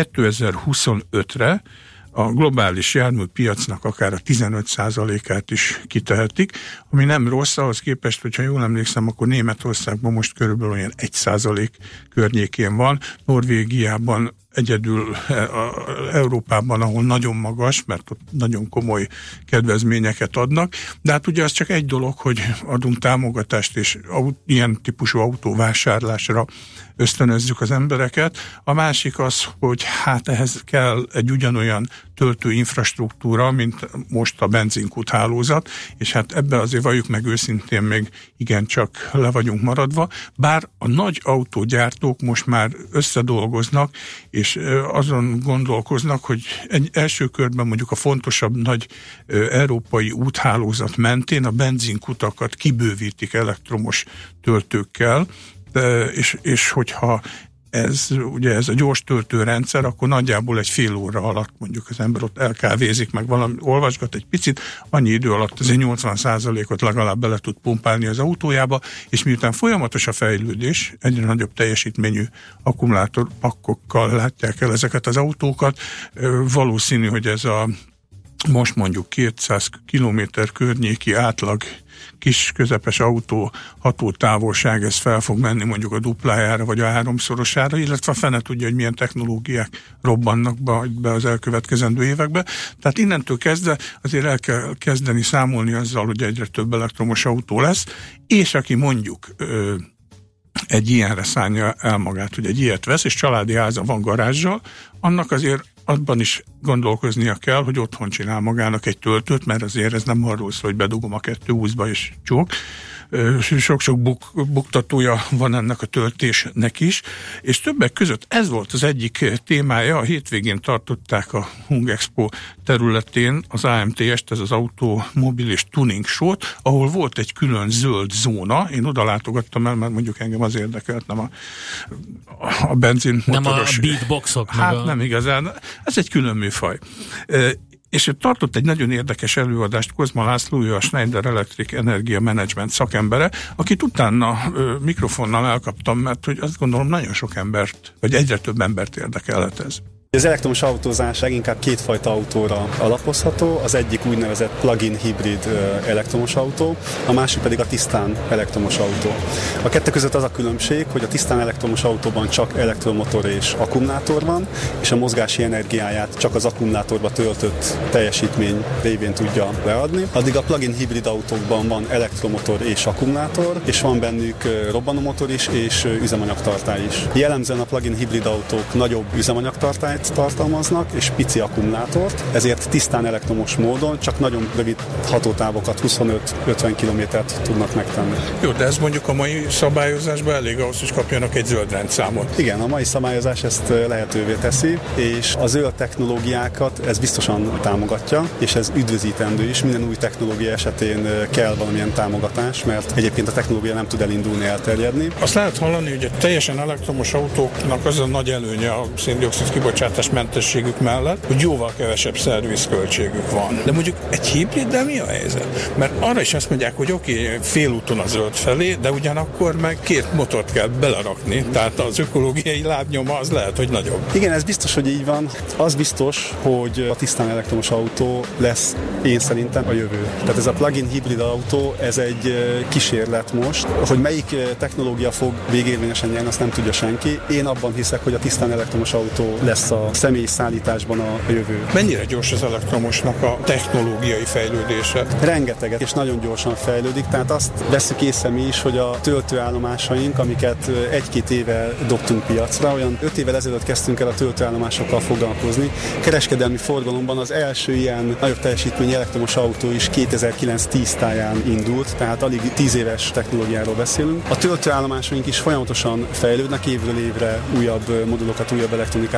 kétezer-huszonötre a globális járműpiacnak akár a tizenöt százalékát is kitehetik, ami nem rossz, ahhoz képest, hogyha jól emlékszem, akkor Németországban most körülbelül olyan egy százalék környékén van, Norvégiában egyedül Európában, ahol nagyon magas, mert ott nagyon komoly kedvezményeket adnak, de hát ugye az csak egy dolog, hogy adunk támogatást és ilyen típusú autóvásárlásra ösztönözzük az embereket. A másik az, hogy hát ehhez kell egy ugyanolyan töltő infrastruktúra, mint most a benzinkút hálózat, és hát ebbe azért valljuk meg őszintén még igencsak le vagyunk maradva, bár a nagy autógyártók most már összedolgoznak, és azon gondolkoznak, hogy egy első körben mondjuk a fontosabb nagy európai úthálózat mentén a benzinkutakat kibővítik elektromos töltőkkel, és, és hogyha ez, ugye ez a gyors töltőrendszer, akkor nagyjából egy fél óra alatt mondjuk az ember ott elkávézik, meg valami olvasgat egy picit, annyi idő alatt azért nyolcvan százalékot legalább bele tud pumpálni az autójába, és miután folyamatos a fejlődés, egyre nagyobb teljesítményű akkumulátorpakkokkal látják el ezeket az autókat, valószínű, hogy ez a most mondjuk kétszáz kilométer környéki átlag kis közepes autó hatótávolság, ez fel fog menni mondjuk a duplájára vagy a háromszorosára, illetve a fene tudja, hogy milyen technológiák robbannak be, be az elkövetkezendő évekbe. Tehát innentől kezdve azért el kell kezdeni számolni azzal, hogy egyre több elektromos autó lesz, és aki mondjuk ö, egy ilyenre szánja el magát, hogy egy ilyet vesz, és családi háza van garázsal, annak azért abban is gondolkoznia kell, hogy otthon csinál magának egy töltőt, mert azért ez nem arról szól, hogy bedugom a kettő húszba és csók. Sok-sok buk, buktatója van ennek a töltésnek is, és többek között ez volt az egyik témája, a hétvégén tartották a Hung Expo területén az á em té est, ez az Automobil és Tuning Show-t, ahol volt egy külön zöld zóna, én oda látogattam el, mert mondjuk engem az érdekelt, nem a, a benzinmotoros. Nem a beatboxok. Hát a... nem igazán, ez egy külön műfaj. És tartott egy nagyon érdekes előadást Kozma László, ő a Schneider Electric Energia Management szakembere, akit utána ö, mikrofonnal elkaptam, mert hogy azt gondolom nagyon sok embert, vagy egyre több embert érdekelhet ez. Az elektromos autózás inkább kétfajta autóra alapozható, az egyik úgynevezett plug-in hibrid elektromos autó, a másik pedig a tisztán elektromos autó. A kettő között az a különbség, hogy a tisztán elektromos autóban csak elektromotor és akkumulátor van, és a mozgási energiáját csak az akkumulátorba töltött teljesítmény révén tudja leadni. Addig a plug-in hibrid autókban van elektromotor és akkumulátor, és van bennük robbanomotor is, és üzemanyagtartály is. Jellemzően a plug-in hibrid autók nagyobb üzemanyagtartályt tartalmaznak, és pici akkumulátort, ezért tisztán elektromos módon csak nagyon rövid hatótávokat, huszonöt-ötven kilométert tudnak megtenni. Jó, de ez mondjuk a mai szabályozásban elég ahhoz, hogy kapjanak egy zöld rendszámot. Igen, a mai szabályozás ezt lehetővé teszi, és a zöld technológiákat ez biztosan támogatja, és ez üdvözítendő is. Minden új technológia esetén kell valamilyen támogatás, mert egyébként a technológia nem tud elindulni, elterjedni. Azt lehet hallani, hogy a teljesen elektromos autóknak az a nagy előnye a szén-dioxid kibocsátás mentességük mellett, hogy jóval kevesebb szervizköltségük van. De mondjuk egy hibriddel mi a helyzet? Mert arra is azt mondják, hogy oké, okay, félúton a zöld felé, de ugyanakkor meg két motort kell belerakni, tehát az ökológiai lábnyoma az lehet, hogy nagyobb. Igen, ez biztos, hogy így van. Az biztos, hogy a tisztán elektromos autó lesz én szerintem a jövő. Tehát ez a plug-in hibrid autó, ez egy kísérlet most. Hogy melyik technológia fog végérvényesen nyerni, azt nem tudja senki. Én abban hiszek, hogy a tisztán elektromos autó lesz a személyi szállításban a jövő. Mennyire gyors az elektromosnak a technológiai fejlődése? Rengeteget, és nagyon gyorsan fejlődik, tehát azt veszük észre mi is, hogy a töltőállomásaink, amiket egy-két éve dobtunk piacra, olyan öt évvel ezelőtt kezdtünk el a töltőállomásokkal foglalkozni. Kereskedelmi forgalomban az első ilyen nagyobb teljesítményű elektromos autó is kétezer-kilenc-tíz táján indult, tehát alig tíz éves technológiáról beszélünk. A töltőállomásaink is folyamatosan fejlődnek, évről évre újabb modulokat, újabb elektronikákat kapnak.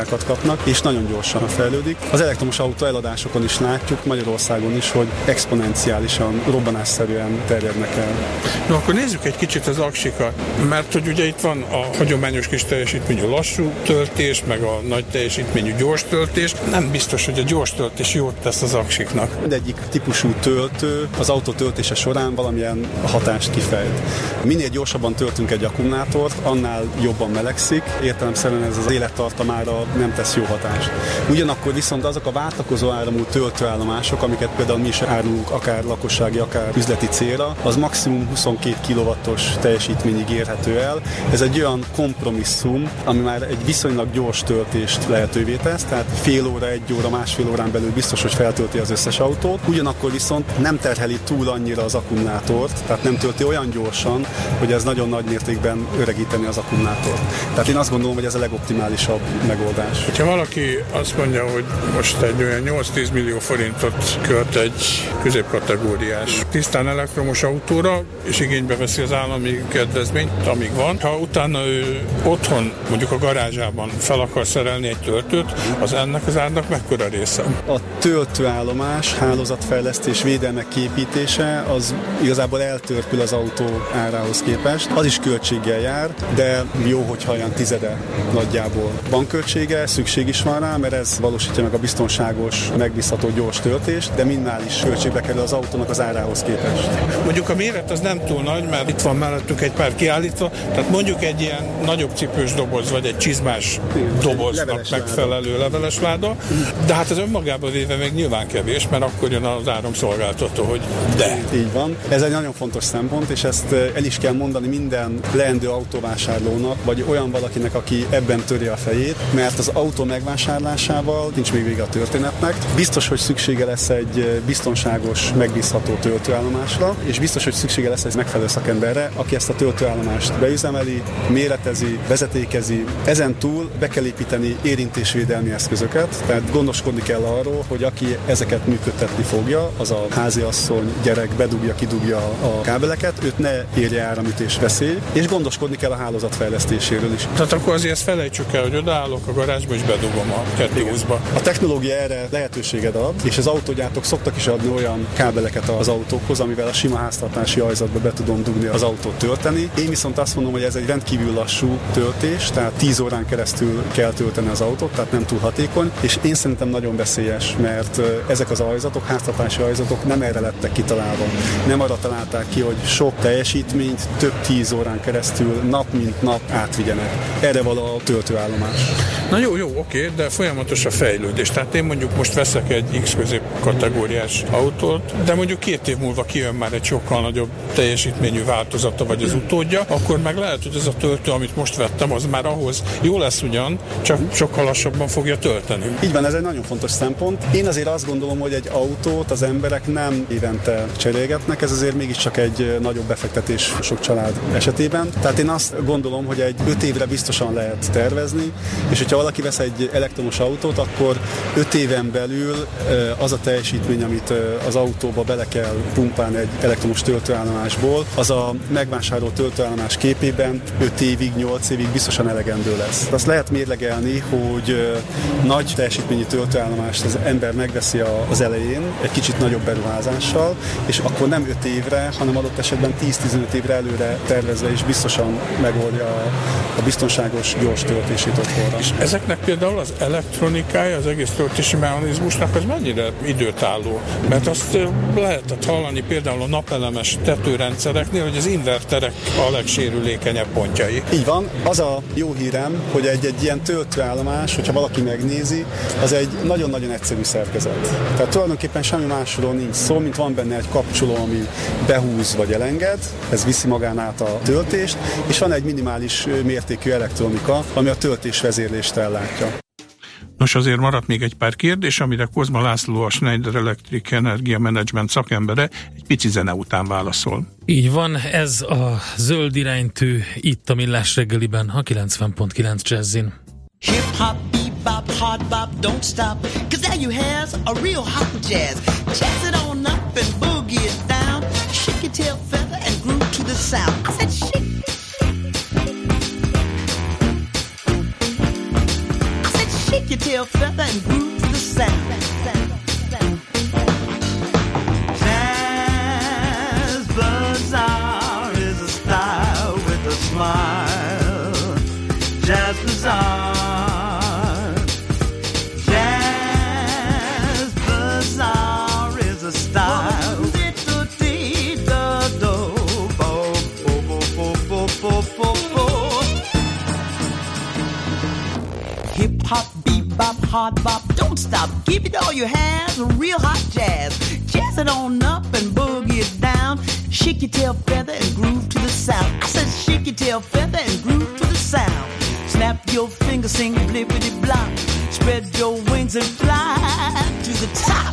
autóknak, és nagyon gyorsan fejlődik. Az elektromos autó eladásokon is látjuk, Magyarországon is, hogy exponenciálisan, robbanásszerűen terjednek el. No, akkor nézzük egy kicsit az aksikat, mert hogy ugye itt van a hagyományos kis teljesítményű lassú töltés, meg a nagy teljesítményű gyors töltés. Nem biztos, hogy a gyors töltés jót tesz az aksiknak. Mindegyik típusú töltő az autó töltése során valamilyen hatást kifejt. Minél gyorsabban töltünk egy akkumulátort, annál jobban melegszik, értelemszerűen ez az élettartamára nem tesz jó hatást. Ugyanakkor viszont azok a váltakozó áramú töltőállomások, amiket például mi is árulunk akár lakossági, akár üzleti célra, az maximum huszonkét kilowattos teljesítményig érhető el. Ez egy olyan kompromisszum, ami már egy viszonylag gyors töltést lehetővé tesz, tehát fél óra, egy óra, másfél órán belül biztos, hogy feltölti az összes autót. Ugyanakkor viszont nem terheli túl annyira az akkumulátort, tehát nem tölti olyan gyorsan, hogy ez nagyon nagy mértékben öregíteni az akkumulátort. Tehát én azt gondolom, hogy ez a legoptimálisabb megoldás. Ha valaki azt mondja, hogy most egy olyan nyolc-tíz millió forintot költ egy középkategóriás tisztán elektromos autóra, és igénybe veszi az állami kedvezményt, amíg van. Ha utána ő otthon, mondjuk a garázsában fel akar szerelni egy töltőt, az ennek az árnak mekkora része? A töltőállomás, hálózatfejlesztés, védelmek kiépítése az igazából eltörpül az autó árához képest. Az is költséggel jár, de jó, hogyha olyan tizede nagyjából van költsége, szükség is van rá, mert ez valósítja meg a biztonságos, megbízható gyors töltést, de minimális költségbe kerül az autónak az árához képest. Mondjuk a méret az nem túl nagy, mert itt van mellettünk egy pár kiállítva, tehát mondjuk egy ilyen nagyobb cipős doboz, vagy egy csizmás doboznak megfelelő leveles láda, de hát ez önmagában véve még nyilván kevés, mert akkor jön az áramszolgáltató, hogy de. Így van. Ez egy nagyon fontos szempont, és ezt el is kell mondani minden leendő autóvásárlónak, vagy olyan valakinek, aki ebben töri a fejét, mert az autó megvásárlásával nincs még vége a történetnek. Biztos, hogy szüksége lesz egy biztonságos, megbízható töltőállomásra, és biztos, hogy szüksége lesz egy megfelelő szakemberre, aki ezt a töltőállomást beüzemeli, méretezi, vezetékezi. Ezen túl be kell építeni érintésvédelmi eszközöket, tehát gondoskodni kell arról, hogy aki ezeket működtetni fogja, az a háziasszony, gyerek bedugja, kidugja a kábeleket, őt ne érje áramütés veszély, és gondoskodni kell a hálózat fejlesztéséről is. Tehát akkor azért felejtsük el, hogy odaállok a garázsba és bedugom a kettőhúszba. A technológia erre lehetőséget ad, és az autógyártók szoktak is adni olyan kábeleket az autókhoz, amivel a sima háztartási ajzatba be tudom dugni az autót tölteni. Én viszont azt mondom, hogy ez egy rendkívül lassú töltés, tehát tíz órán keresztül kell tölteni az autót, tehát nem túl hatékony, és én szerintem nagyon veszélyes, mert ezek az ajzatok, háztartási ajzatok nem erre lettek kitalálva. Nem arra találták ki, hogy sok teljesítményt több tíz órán keresztül nap mint nap átvigyenek. Erre való a töltőállomás. Na jó, jó, oké, de folyamatos a fejlődés. Tehát én mondjuk most veszek egy X középkategóriás autót, de mondjuk két év múlva kijön már egy sokkal nagyobb teljesítményű változata, vagy az utódja, akkor meg lehet, hogy ez a töltő, amit most vettem, az már ahhoz jó lesz ugyan, csak sokkal lassabban fogja tölteni. Így van, ez egy nagyon fontos szempont. Én azért azt gondolom, hogy egy autót az emberek nem évente cserélgetnek, ez azért mégiscsak egy nagyobb befektetés sok család esetében. Tehát én azt gondolom, hogy egy öt évre biztosan lehet tervezni, és hogyha valaki vesz egy elektromos autót, akkor öt éven belül az a teljesítmény, amit az autóba bele kell pumpálni egy elektromos töltőállomásból, az a megvásárolt töltőállomás képében öt évig, nyolc évig biztosan elegendő lesz. Azt lehet mérlegelni, hogy nagy teljesítményű töltőállomást az ember megveszi az elején, egy kicsit nagyobb beruházással, és akkor nem öt évre, hanem adott esetben tíz-tizenöt évre előre tervezve is biztosan megoldja a biztonságos, gyors töltését otthonra. És ezeknek például az elektronikája, az egész töltési mechanizmusnak az mennyire időtálló? Mert azt lehetett hallani például a napelemes tetőrendszereknél, hogy az inverterek a legsérülékenyebb pontjai. Így van. Az a jó hírem, hogy egy, egy ilyen töltőállomás, hogyha valaki megnézi, az egy nagyon-nagyon egyszerű szerkezet. Tehát tulajdonképpen semmi másról nincs szó, mint van benne egy kapcsoló, ami behúz vagy elenged, ez viszi magán át a töltést, és van egy minimális mértékű elektronika, ami a töltés vezérlést ellátja. Nos, azért maradt még egy pár kérdés, amire Kozma László, a Schneider Electric Energia Management szakembere egy pici zene után válaszol. Így van, ez a zöld iránytű itt a Millás reggeliben, a kilencven pont kilenc Jazzin. Hip-hop, bebop, hard bop, don't stop, cause now you have a real hot jazz. Jazz it on up and boogie it down, shake your tail feather and groove to the sound. I said shake. I said shake. shake your tail feather and groove to the sound. Jazz Bazaar is a style with a smile. Jazz Bazaar. Jazz Bazaar is a style. Hip-hop, bebop, hard bop, don't stop. Give it all you have, real hot jazz. Jazz it on up and boogie it down. Shake your tail feather and groove to the sound. I said shake your tail feather and groove to the sound. Snap your fingers, sing blippity-blop. Spread your wings and fly to the top.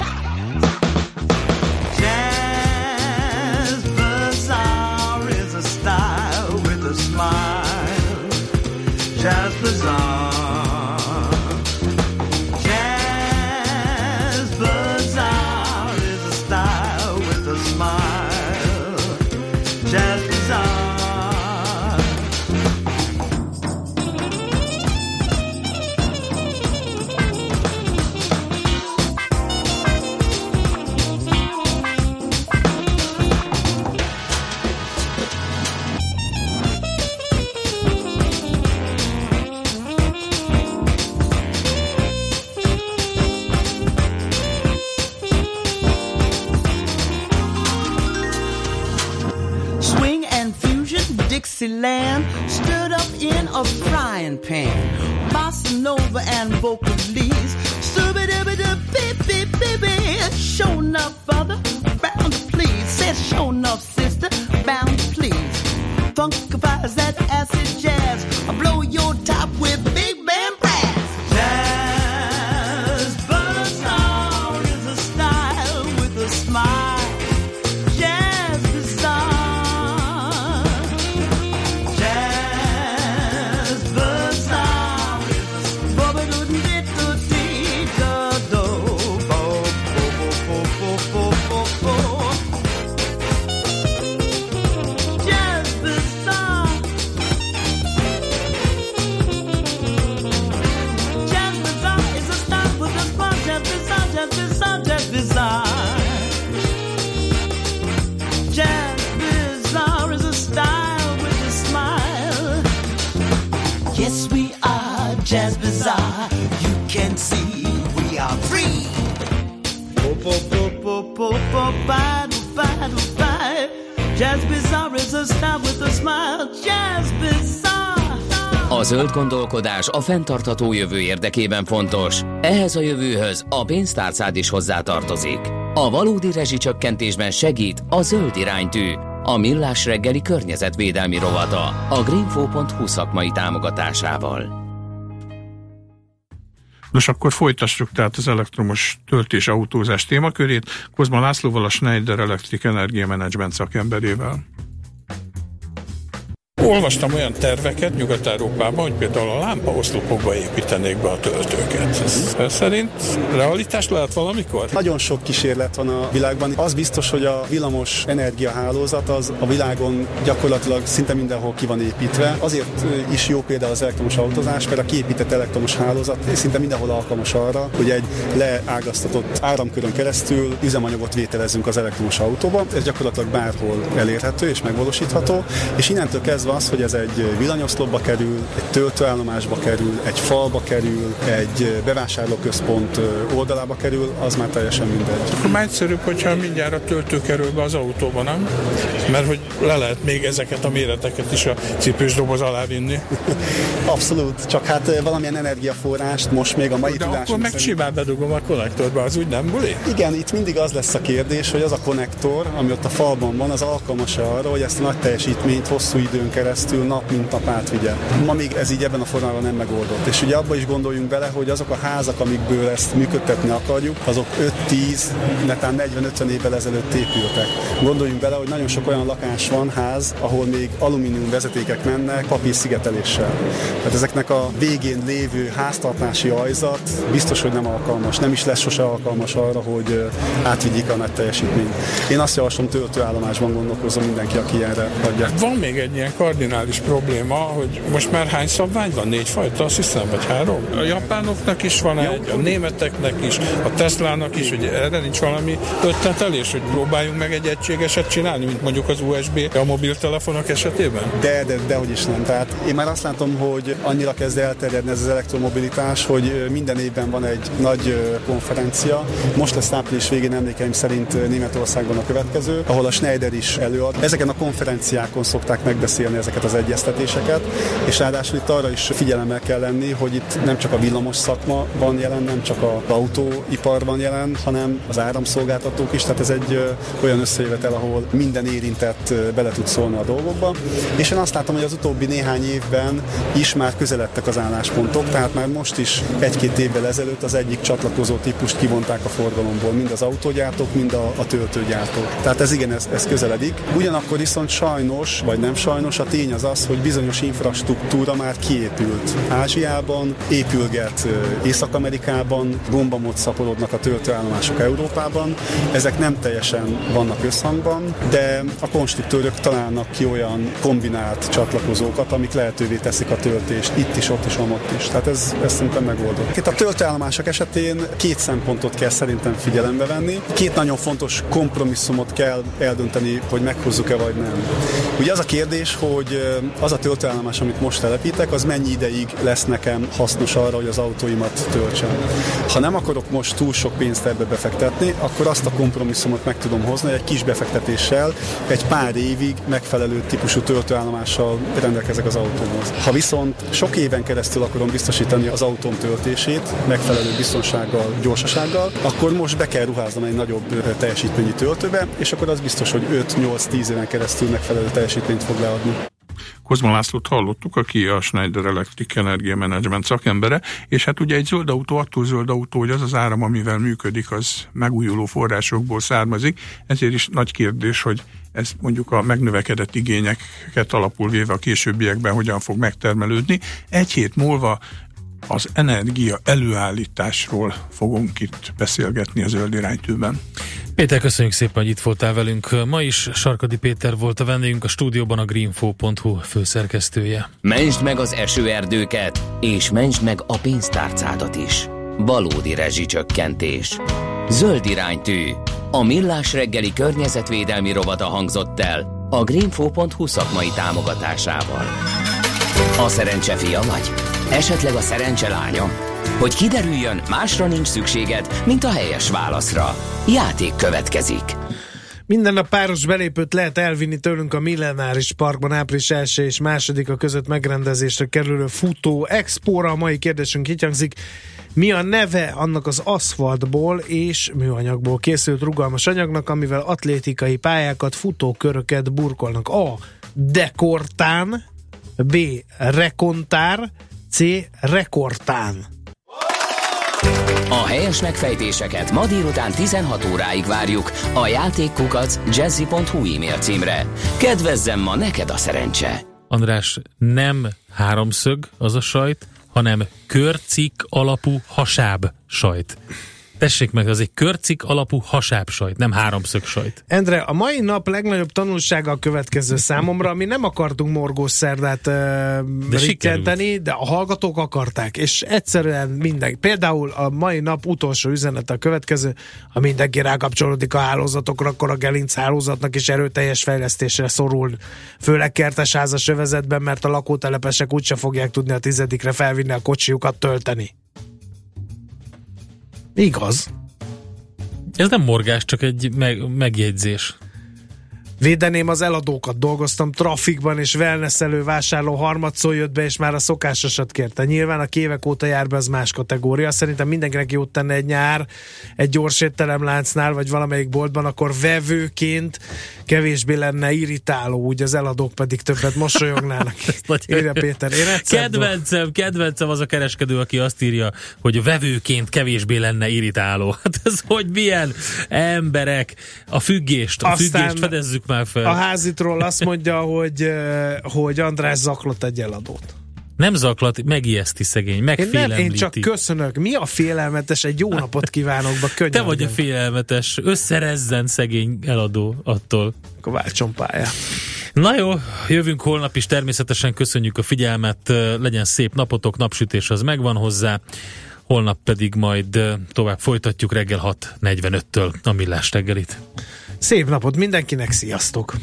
Jazz Bazaar is a style with a smile. Jazz Bazaar. Dixieland stood up in a frying pan. Bossa Nova and vocalese. Show enough, brother, bound to please. Says show enough, sister, bound to please. Funkifies that acid jazz. I blow your top with big band brass. Jazz Bazaar is a style with a smile. Jazz Bazaar. Jazz Bazaar, you can see we are free. Jazz Bazaar is a style with a smile. Jazz Bazaar. A zöld gondolkodás a fenntartható jövő érdekében fontos. Ehhez a jövőhöz a pénztárcád is hozzátartozik. A valódi rezsicsökkentésben segít a Zöld iránytű, a Millás reggeli környezetvédelmi rovata, a greenfo pont hu szakmai támogatásával. Nos, akkor folytassuk tehát az elektromos töltés autózás témakörét Kozma Lászlóval, a Schneider Electric Energia Management szakemberével. Olvastam olyan terveket Nyugat-Európában, hogy például a lámpaoszlopokba építenék be a töltőket. Ez szerint realitás lehet valamikor? Nagyon sok kísérlet van a világban. Az biztos, hogy a villamos energiahálózat az a világon gyakorlatilag szinte mindenhol ki van építve. Azért is jó például az elektromos autózás, mert a kiépített elektromos hálózat szinte mindenhol alkalmas arra, hogy egy leágaztatott áramkörön keresztül üzemanyagot vételezzünk az elektromos autóba. Ez gyakorlatilag bárhol elérhető és megvalósítható, és innentől kezdve az, hogy ez egy villanyoszlopba kerül, egy töltőállomásba kerül, egy falba kerül, egy bevásárlóközpont oldalába kerül, az már teljesen mindegy. Akkor már egyszerűbb, hogyha mindjárt a töltő kerül be az autóba, nem? Mert hogy le lehet még ezeket a méreteket is a cipős doboz alá vinni. Abszolút, csak hát valamilyen energiaforrást most még a mai de tudásunk akkor meg szerint... simán bedugom a konnektorba, az úgy nem buli? Igen, itt mindig az lesz a kérdés, hogy az a konnektor, ami ott a falban van, az alkalmas arra, hogy ezt a nagy teljesítményt hosszú időn keresztül nap mint nap átvigye. Ma még ez így ebben a formában nem megoldott. És ugye abba is gondoljunk bele, hogy azok a házak, amikből ezt működtetni akarjuk, azok öt-tíz, netán negyven-ötven évvel ezelőtt épültek. Gondoljunk bele, hogy nagyon sok olyan lakás van, ház, ahol még alumínium vezetékek mennek papírszigeteléssel. Tehát ezeknek a végén lévő háztartási ajzat biztos, hogy nem alkalmas, nem is lesz sose alkalmas arra, hogy átvigyik a nagy teljesítményt. Én azt javaslom, töltőállomásban gondolkozom mindenki, aki erre adja. Van még egy ilyen kardinális probléma, hogy most már hány szabvány van? Négy fajta, azt hiszem, vagy három? A japánoknak is van egy, a németeknek is, a Teslának is, hogy erre nincs valami ötletelés, hogy próbáljunk meg egy egységeset csinálni, mint mondjuk az u es bé a mobiltelefonok esetében? De, de, de hogy is nem. Tehát én már azt látom, hogy annyira kezd elterjedni ez az elektromobilitás, hogy minden évben van egy nagy konferencia. Most lesz április végén, emlékeim szerint Németországban a következő, ahol a Schneider is előad. Ezeken a konferenciákon szokták megbeszélni ezeket az egyeztetéseket, és ráadásul itt arra is figyelemmel kell lenni, hogy itt nem csak a villamos szakma van jelen, nem csak az autóipar van jelen, hanem az áramszolgáltatók is, tehát ez egy olyan összejövetel, ahol minden érintett bele tud szólni a dolgokba. És én azt látom, hogy az utóbbi néhány évben is már közeledtek az álláspontok, tehát már most is egy-két évvel ezelőtt az egyik csatlakozó típust kivonták a forgalomból, mind az autógyártók, mind a, a töltőgyártók. Tehát ez igen, ez, ez közeledik. Ugyanakkor viszont sajnos, vagy nem sajnos, a tény az az, hogy bizonyos infrastruktúra már kiépült. Ázsiában épülget, Észak-Amerikában, gombamód szaporodnak a töltőállomások Európában. Ezek nem teljesen vannak összhangban, de a konstruktőrök találnak ki olyan kombinált csatlakozókat, amik lehetővé teszik a töltést itt is, ott is, ott is. Tehát ez, ez szerintem megoldott. Itt a töltőállomások esetén két szempontot kell szerintem figyelembe venni. Két nagyon fontos kompromisszumot kell eldönteni, hogy meghozzuk-e vagy nem. Ugye az a kérdés, hogy az a töltőállomás, amit most telepítek, az mennyi ideig lesz nekem hasznos arra, hogy az autóimat töltsem. Ha nem akarok most túl sok pénzt ebbe befektetni, akkor azt a kompromisszumot meg tudom hozni, hogy egy kis befektetéssel egy pár évig megfelelő típusú töltőállomással rendelkezek az autómhoz. Ha viszont sok éven keresztül akarom biztosítani az autóm töltését megfelelő biztonsággal, gyorsasággal, akkor most be kell ruháznom egy nagyobb teljesítményű töltőbe, és akkor az biztos, hogy öt-nyolc-tíz éven keresztül megfelelő teljesítményt fog leadni. Kozma Lászlót hallottuk, aki a Schneider Electric Energia Management szakembere, és hát ugye egy zöld autó, attól zöld autó, hogy az az áram, amivel működik, az megújuló forrásokból származik, ezért is nagy kérdés, hogy ez mondjuk a megnövekedett igényeket alapul véve a későbbiekben hogyan fog megtermelődni. Egy hét múlva az energia előállításról fogunk itt beszélgetni a Zöld Iránytűben. Péter, köszönjük szépen, hogy itt voltál velünk. Ma is Sarkadi Péter volt a vendégünk, a stúdióban a greenfo pont hu főszerkesztője. Mentsd meg az esőerdőket, és mentsd meg a pénztárcádat is. Valódi rezsicsökkentés. Zöld Iránytű. A Millás reggeli környezetvédelmi rovata hangzott el a greenfo pont hu szakmai támogatásával. A szerencse fia vagy? Esetleg a szerencse lánya? Hogy kiderüljön, másra nincs szükséged, mint a helyes válaszra. Játék következik. Minden nap páros belépőt lehet elvinni tőlünk a Millenáris Parkban április első és másodika között megrendezésre kerülő futó expóra. A mai kérdésünk így hangzik: mi a neve annak az aszfaltból és műanyagból készült rugalmas anyagnak, amivel atlétikai pályákat, futóköröket burkolnak? A. Dekortán, B. Rekontár, C. Rekordtán. A helyes megfejtéseket ma délután tizenhat óráig várjuk a játékkukac jazzy pont hu e-mail címre. Kedvezzem ma neked a szerencse! András, nem háromszög az a sajt, hanem körcik alapú hasáb sajt. Tessék meg, az egy körcik alapú hasáb sajt, nem háromszög sajt. Endre, a mai nap legnagyobb tanulsága a következő számomra, ami nem akartunk morgós szerdát uh, rikkenteni, de a hallgatók akarták, és egyszerűen minden. Például a mai nap utolsó üzenete a következő: ha mindenki rákapcsolódik a hálózatokra, akkor a gerinc hálózatnak is erőteljes fejlesztésre szorul, főleg kertesházas övezetben, mert a lakótelepesek úgyse fogják tudni a tizedikre felvinni a kocsiukat tölteni. Igaz. Ez nem morgás, csak egy meg, megjegyzés. Védeném az eladókat, dolgoztam trafikban, és wellnesselő vásárló harmadszor jött be, és már a szokásosat kérte. Nyilván a évek óta jár be, az más kategória. Szerintem mindenkinek jót tenne egy nyár, egy gyors étteremláncnál, vagy valamelyik boltban, akkor vevőként kevésbé lenne irritáló, úgy az eladók pedig többet mosolyognának. Írja Péter. Én kedvencem, kedvencem az a kereskedő, aki azt írja, hogy vevőként kevésbé lenne irritáló. Hát ez hogy milyen emberek? A függést, a Aztán függést fedezzük már fel. A házitról azt mondja, hogy, hogy András zaklott egy eladót. Nem zaklat, megijeszti szegény, megfélemlíti. Én, nem, én csak köszönök. Mi a félelmetes? Egy jó napot kívánokba, könnyen. Te vagy a félelmetes. Összerezzen szegény eladó attól. Akkor váltson pályát. Na jó, jövünk holnap is, természetesen köszönjük a figyelmet, legyen szép napotok, napsütés az megvan hozzá, holnap pedig majd tovább folytatjuk reggel hat negyvenöttől a Millás reggelit. Szép napot mindenkinek, sziasztok!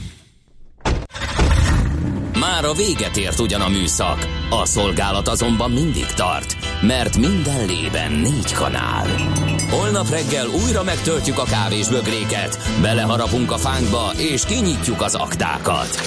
Már a véget ért ugyan a műszak, a szolgálat azonban mindig tart, mert minden lében négy kanál. Holnap reggel újra megtöltjük a kávésbögréket, beleharapunk a fánkba és kinyitjuk az aktákat.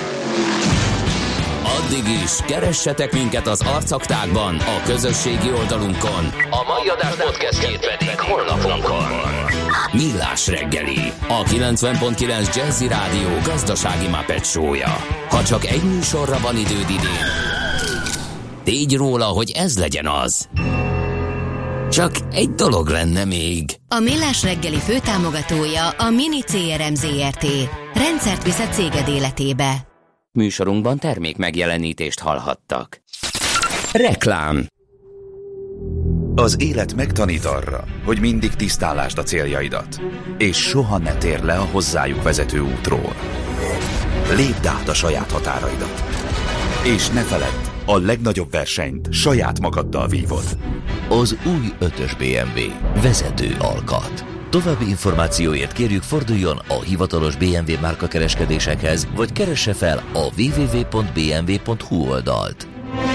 Addig is keressetek minket az arcaktákban, a közösségi oldalunkon. A mai adás podcastjét pedig holnapunkon. Millás reggeli, a kilencven pont kilenc Jazzy Rádió gazdasági Muppet show-ja. Ha csak egy műsorra van időd idén, tégy róla, hogy ez legyen az. Csak egy dolog lenne még. A Millás reggeli főtámogatója a Mini cé er em Zrt. Rendszert visz a céged életébe. Műsorunkban termék megjelenítést hallhattak. Reklám. Az élet megtanít arra, hogy mindig tisztálásd a céljaidat, és soha ne térj le a hozzájuk vezető útról. Lépd át a saját határaidat. És ne feledd, a legnagyobb versenyt saját magaddal vívod. Az új ötös bé em vé vezető alkat. További információért kérjük, forduljon a hivatalos bé em vé márkakereskedésekhez, vagy keresse fel a double-u double-u double-u pont b m w pont h u oldalt.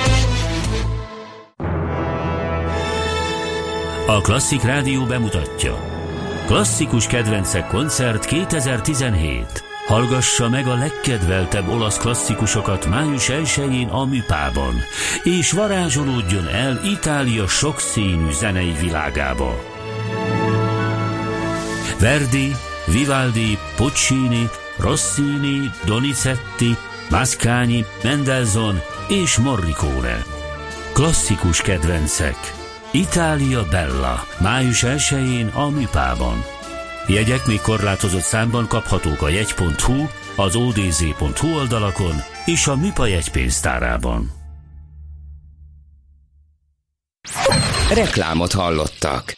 A Klasszik Rádió bemutatja. Klasszikus kedvencek koncert kétezer-tizenhét. Hallgassa meg a legkedveltebb olasz klasszikusokat május elsején a Műpában, és varázsolódjon el Itália sokszínű zenei világába. Verdi, Vivaldi, Puccini, Rossini, Donizetti, Mascagni, Mendelssohn és Morricone. Klasszikus kedvencek. Itália Bella, május elsején a Műpában. Jegyek még korlátozott számban kaphatók a jegy pont hu, az o d z pont hu oldalakon és a Műpa jegypénztárában. Reklámot hallottak.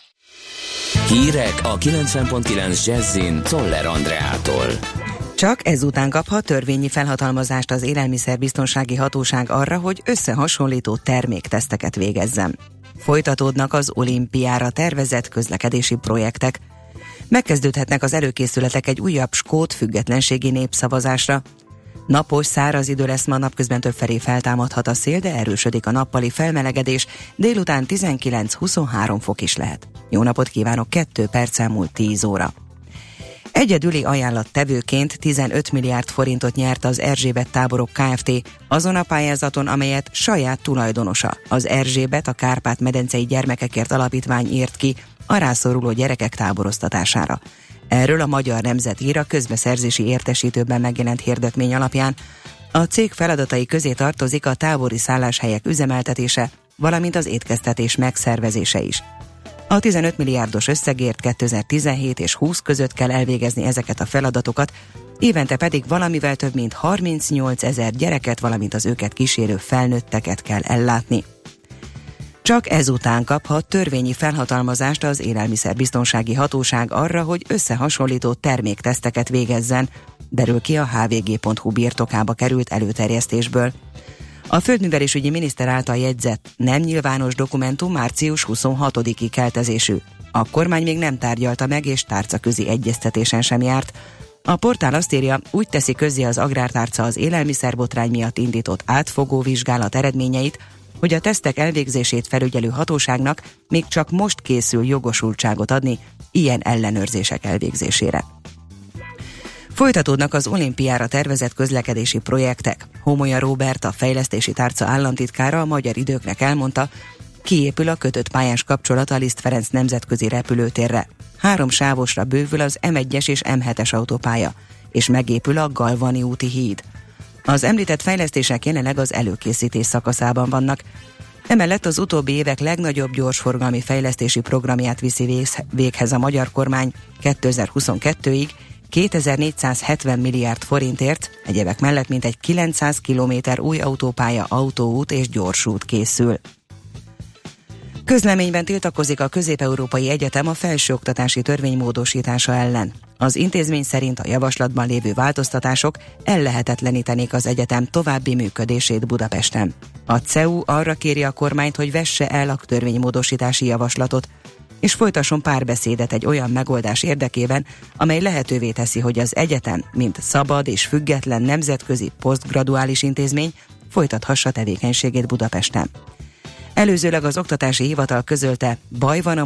Hírek a kilencven pont kilenc Jazzin Czoller Andreától. Csak ezután kaphat törvényi felhatalmazást az Élelmiszerbiztonsági Hatóság arra, hogy összehasonlító termékteszteket végezzen. Folytatódnak az olimpiára tervezett közlekedési projektek. Megkezdődhetnek az előkészületek egy újabb skót függetlenségi népszavazásra. Napos, száraz idő lesz ma, napközben többfelé feltámadhat a szél, de erősödik a nappali felmelegedés, délután tizenkilenc-huszonhárom fok is lehet. Jó napot kívánok, kettő perc elmúlt tíz óra. Egyedüli ajánlattevőként tizenöt milliárd forintot nyert az Erzsébet Táborok Kft. Azon a pályázaton, amelyet saját tulajdonosa, az Erzsébet a Kárpát-medencei Gyermekekért Alapítvány írt ki a rászoruló gyerekek táboroztatására. Erről a Magyar Nemzet ír a közbeszerzési értesítőben megjelent hirdetmény alapján. A cég feladatai közé tartozik a tábori szálláshelyek üzemeltetése, valamint az étkeztetés megszervezése is. A tizenöt milliárdos összegért kétezer-tizenhét és húsz között kell elvégezni ezeket a feladatokat, évente pedig valamivel több mint harmincnyolc ezer gyereket, valamint az őket kísérő felnőtteket kell ellátni. Csak ezután kaphat törvényi felhatalmazást az Élelmiszerbiztonsági Hatóság arra, hogy összehasonlító termékteszteket végezzen, derül ki a h v g pont h u birtokába került előterjesztésből. A földművelésügyi miniszter által jegyzett nem nyilvános dokumentum március huszonhatodiki keltezésű. A kormány még nem tárgyalta meg, és tárcaközi egyeztetésen sem járt. A portál azt írja, úgy teszi közzé az Agrártárca az élelmiszerbotrány miatt indított átfogó vizsgálat eredményeit, hogy a tesztek elvégzését felügyelő hatóságnak még csak most készül jogosultságot adni ilyen ellenőrzések elvégzésére. Folytatódnak az olimpiára tervezett közlekedési projektek. Homolya Róbert, a fejlesztési tárca államtitkára a Magyar Időknek elmondta, kiépül a kötött pályás kapcsolat a Liszt Ferenc nemzetközi repülőtérre. Három sávosra bővül az M egyes és M hetes autópálya, és megépül a Galvani úti híd. Az említett fejlesztések jelenleg az előkészítés szakaszában vannak. Emellett az utóbbi évek legnagyobb gyorsforgalmi fejlesztési programját viszi véghez a magyar kormány kétezer-huszonkettőig, kétezer-négyszázhetven milliárd forintért, egyebek mellett mintegy kilencszáz kilométer új autópálya, autóút és gyorsút készül. Közleményben tiltakozik a Közép-Európai Egyetem a felsőoktatási törvény módosítása ellen. Az intézmény szerint a javaslatban lévő változtatások ellehetetlenítenék az egyetem további működését Budapesten. A cé e u arra kéri a kormányt, hogy vesse el a törvénymódosítási javaslatot, és folytasson párbeszédet egy olyan megoldás érdekében, amely lehetővé teszi, hogy az egyetem, mint szabad és független nemzetközi posztgraduális intézmény folytathassa tevékenységét Budapesten. Előzőleg az Oktatási Hivatal közölte, baj van a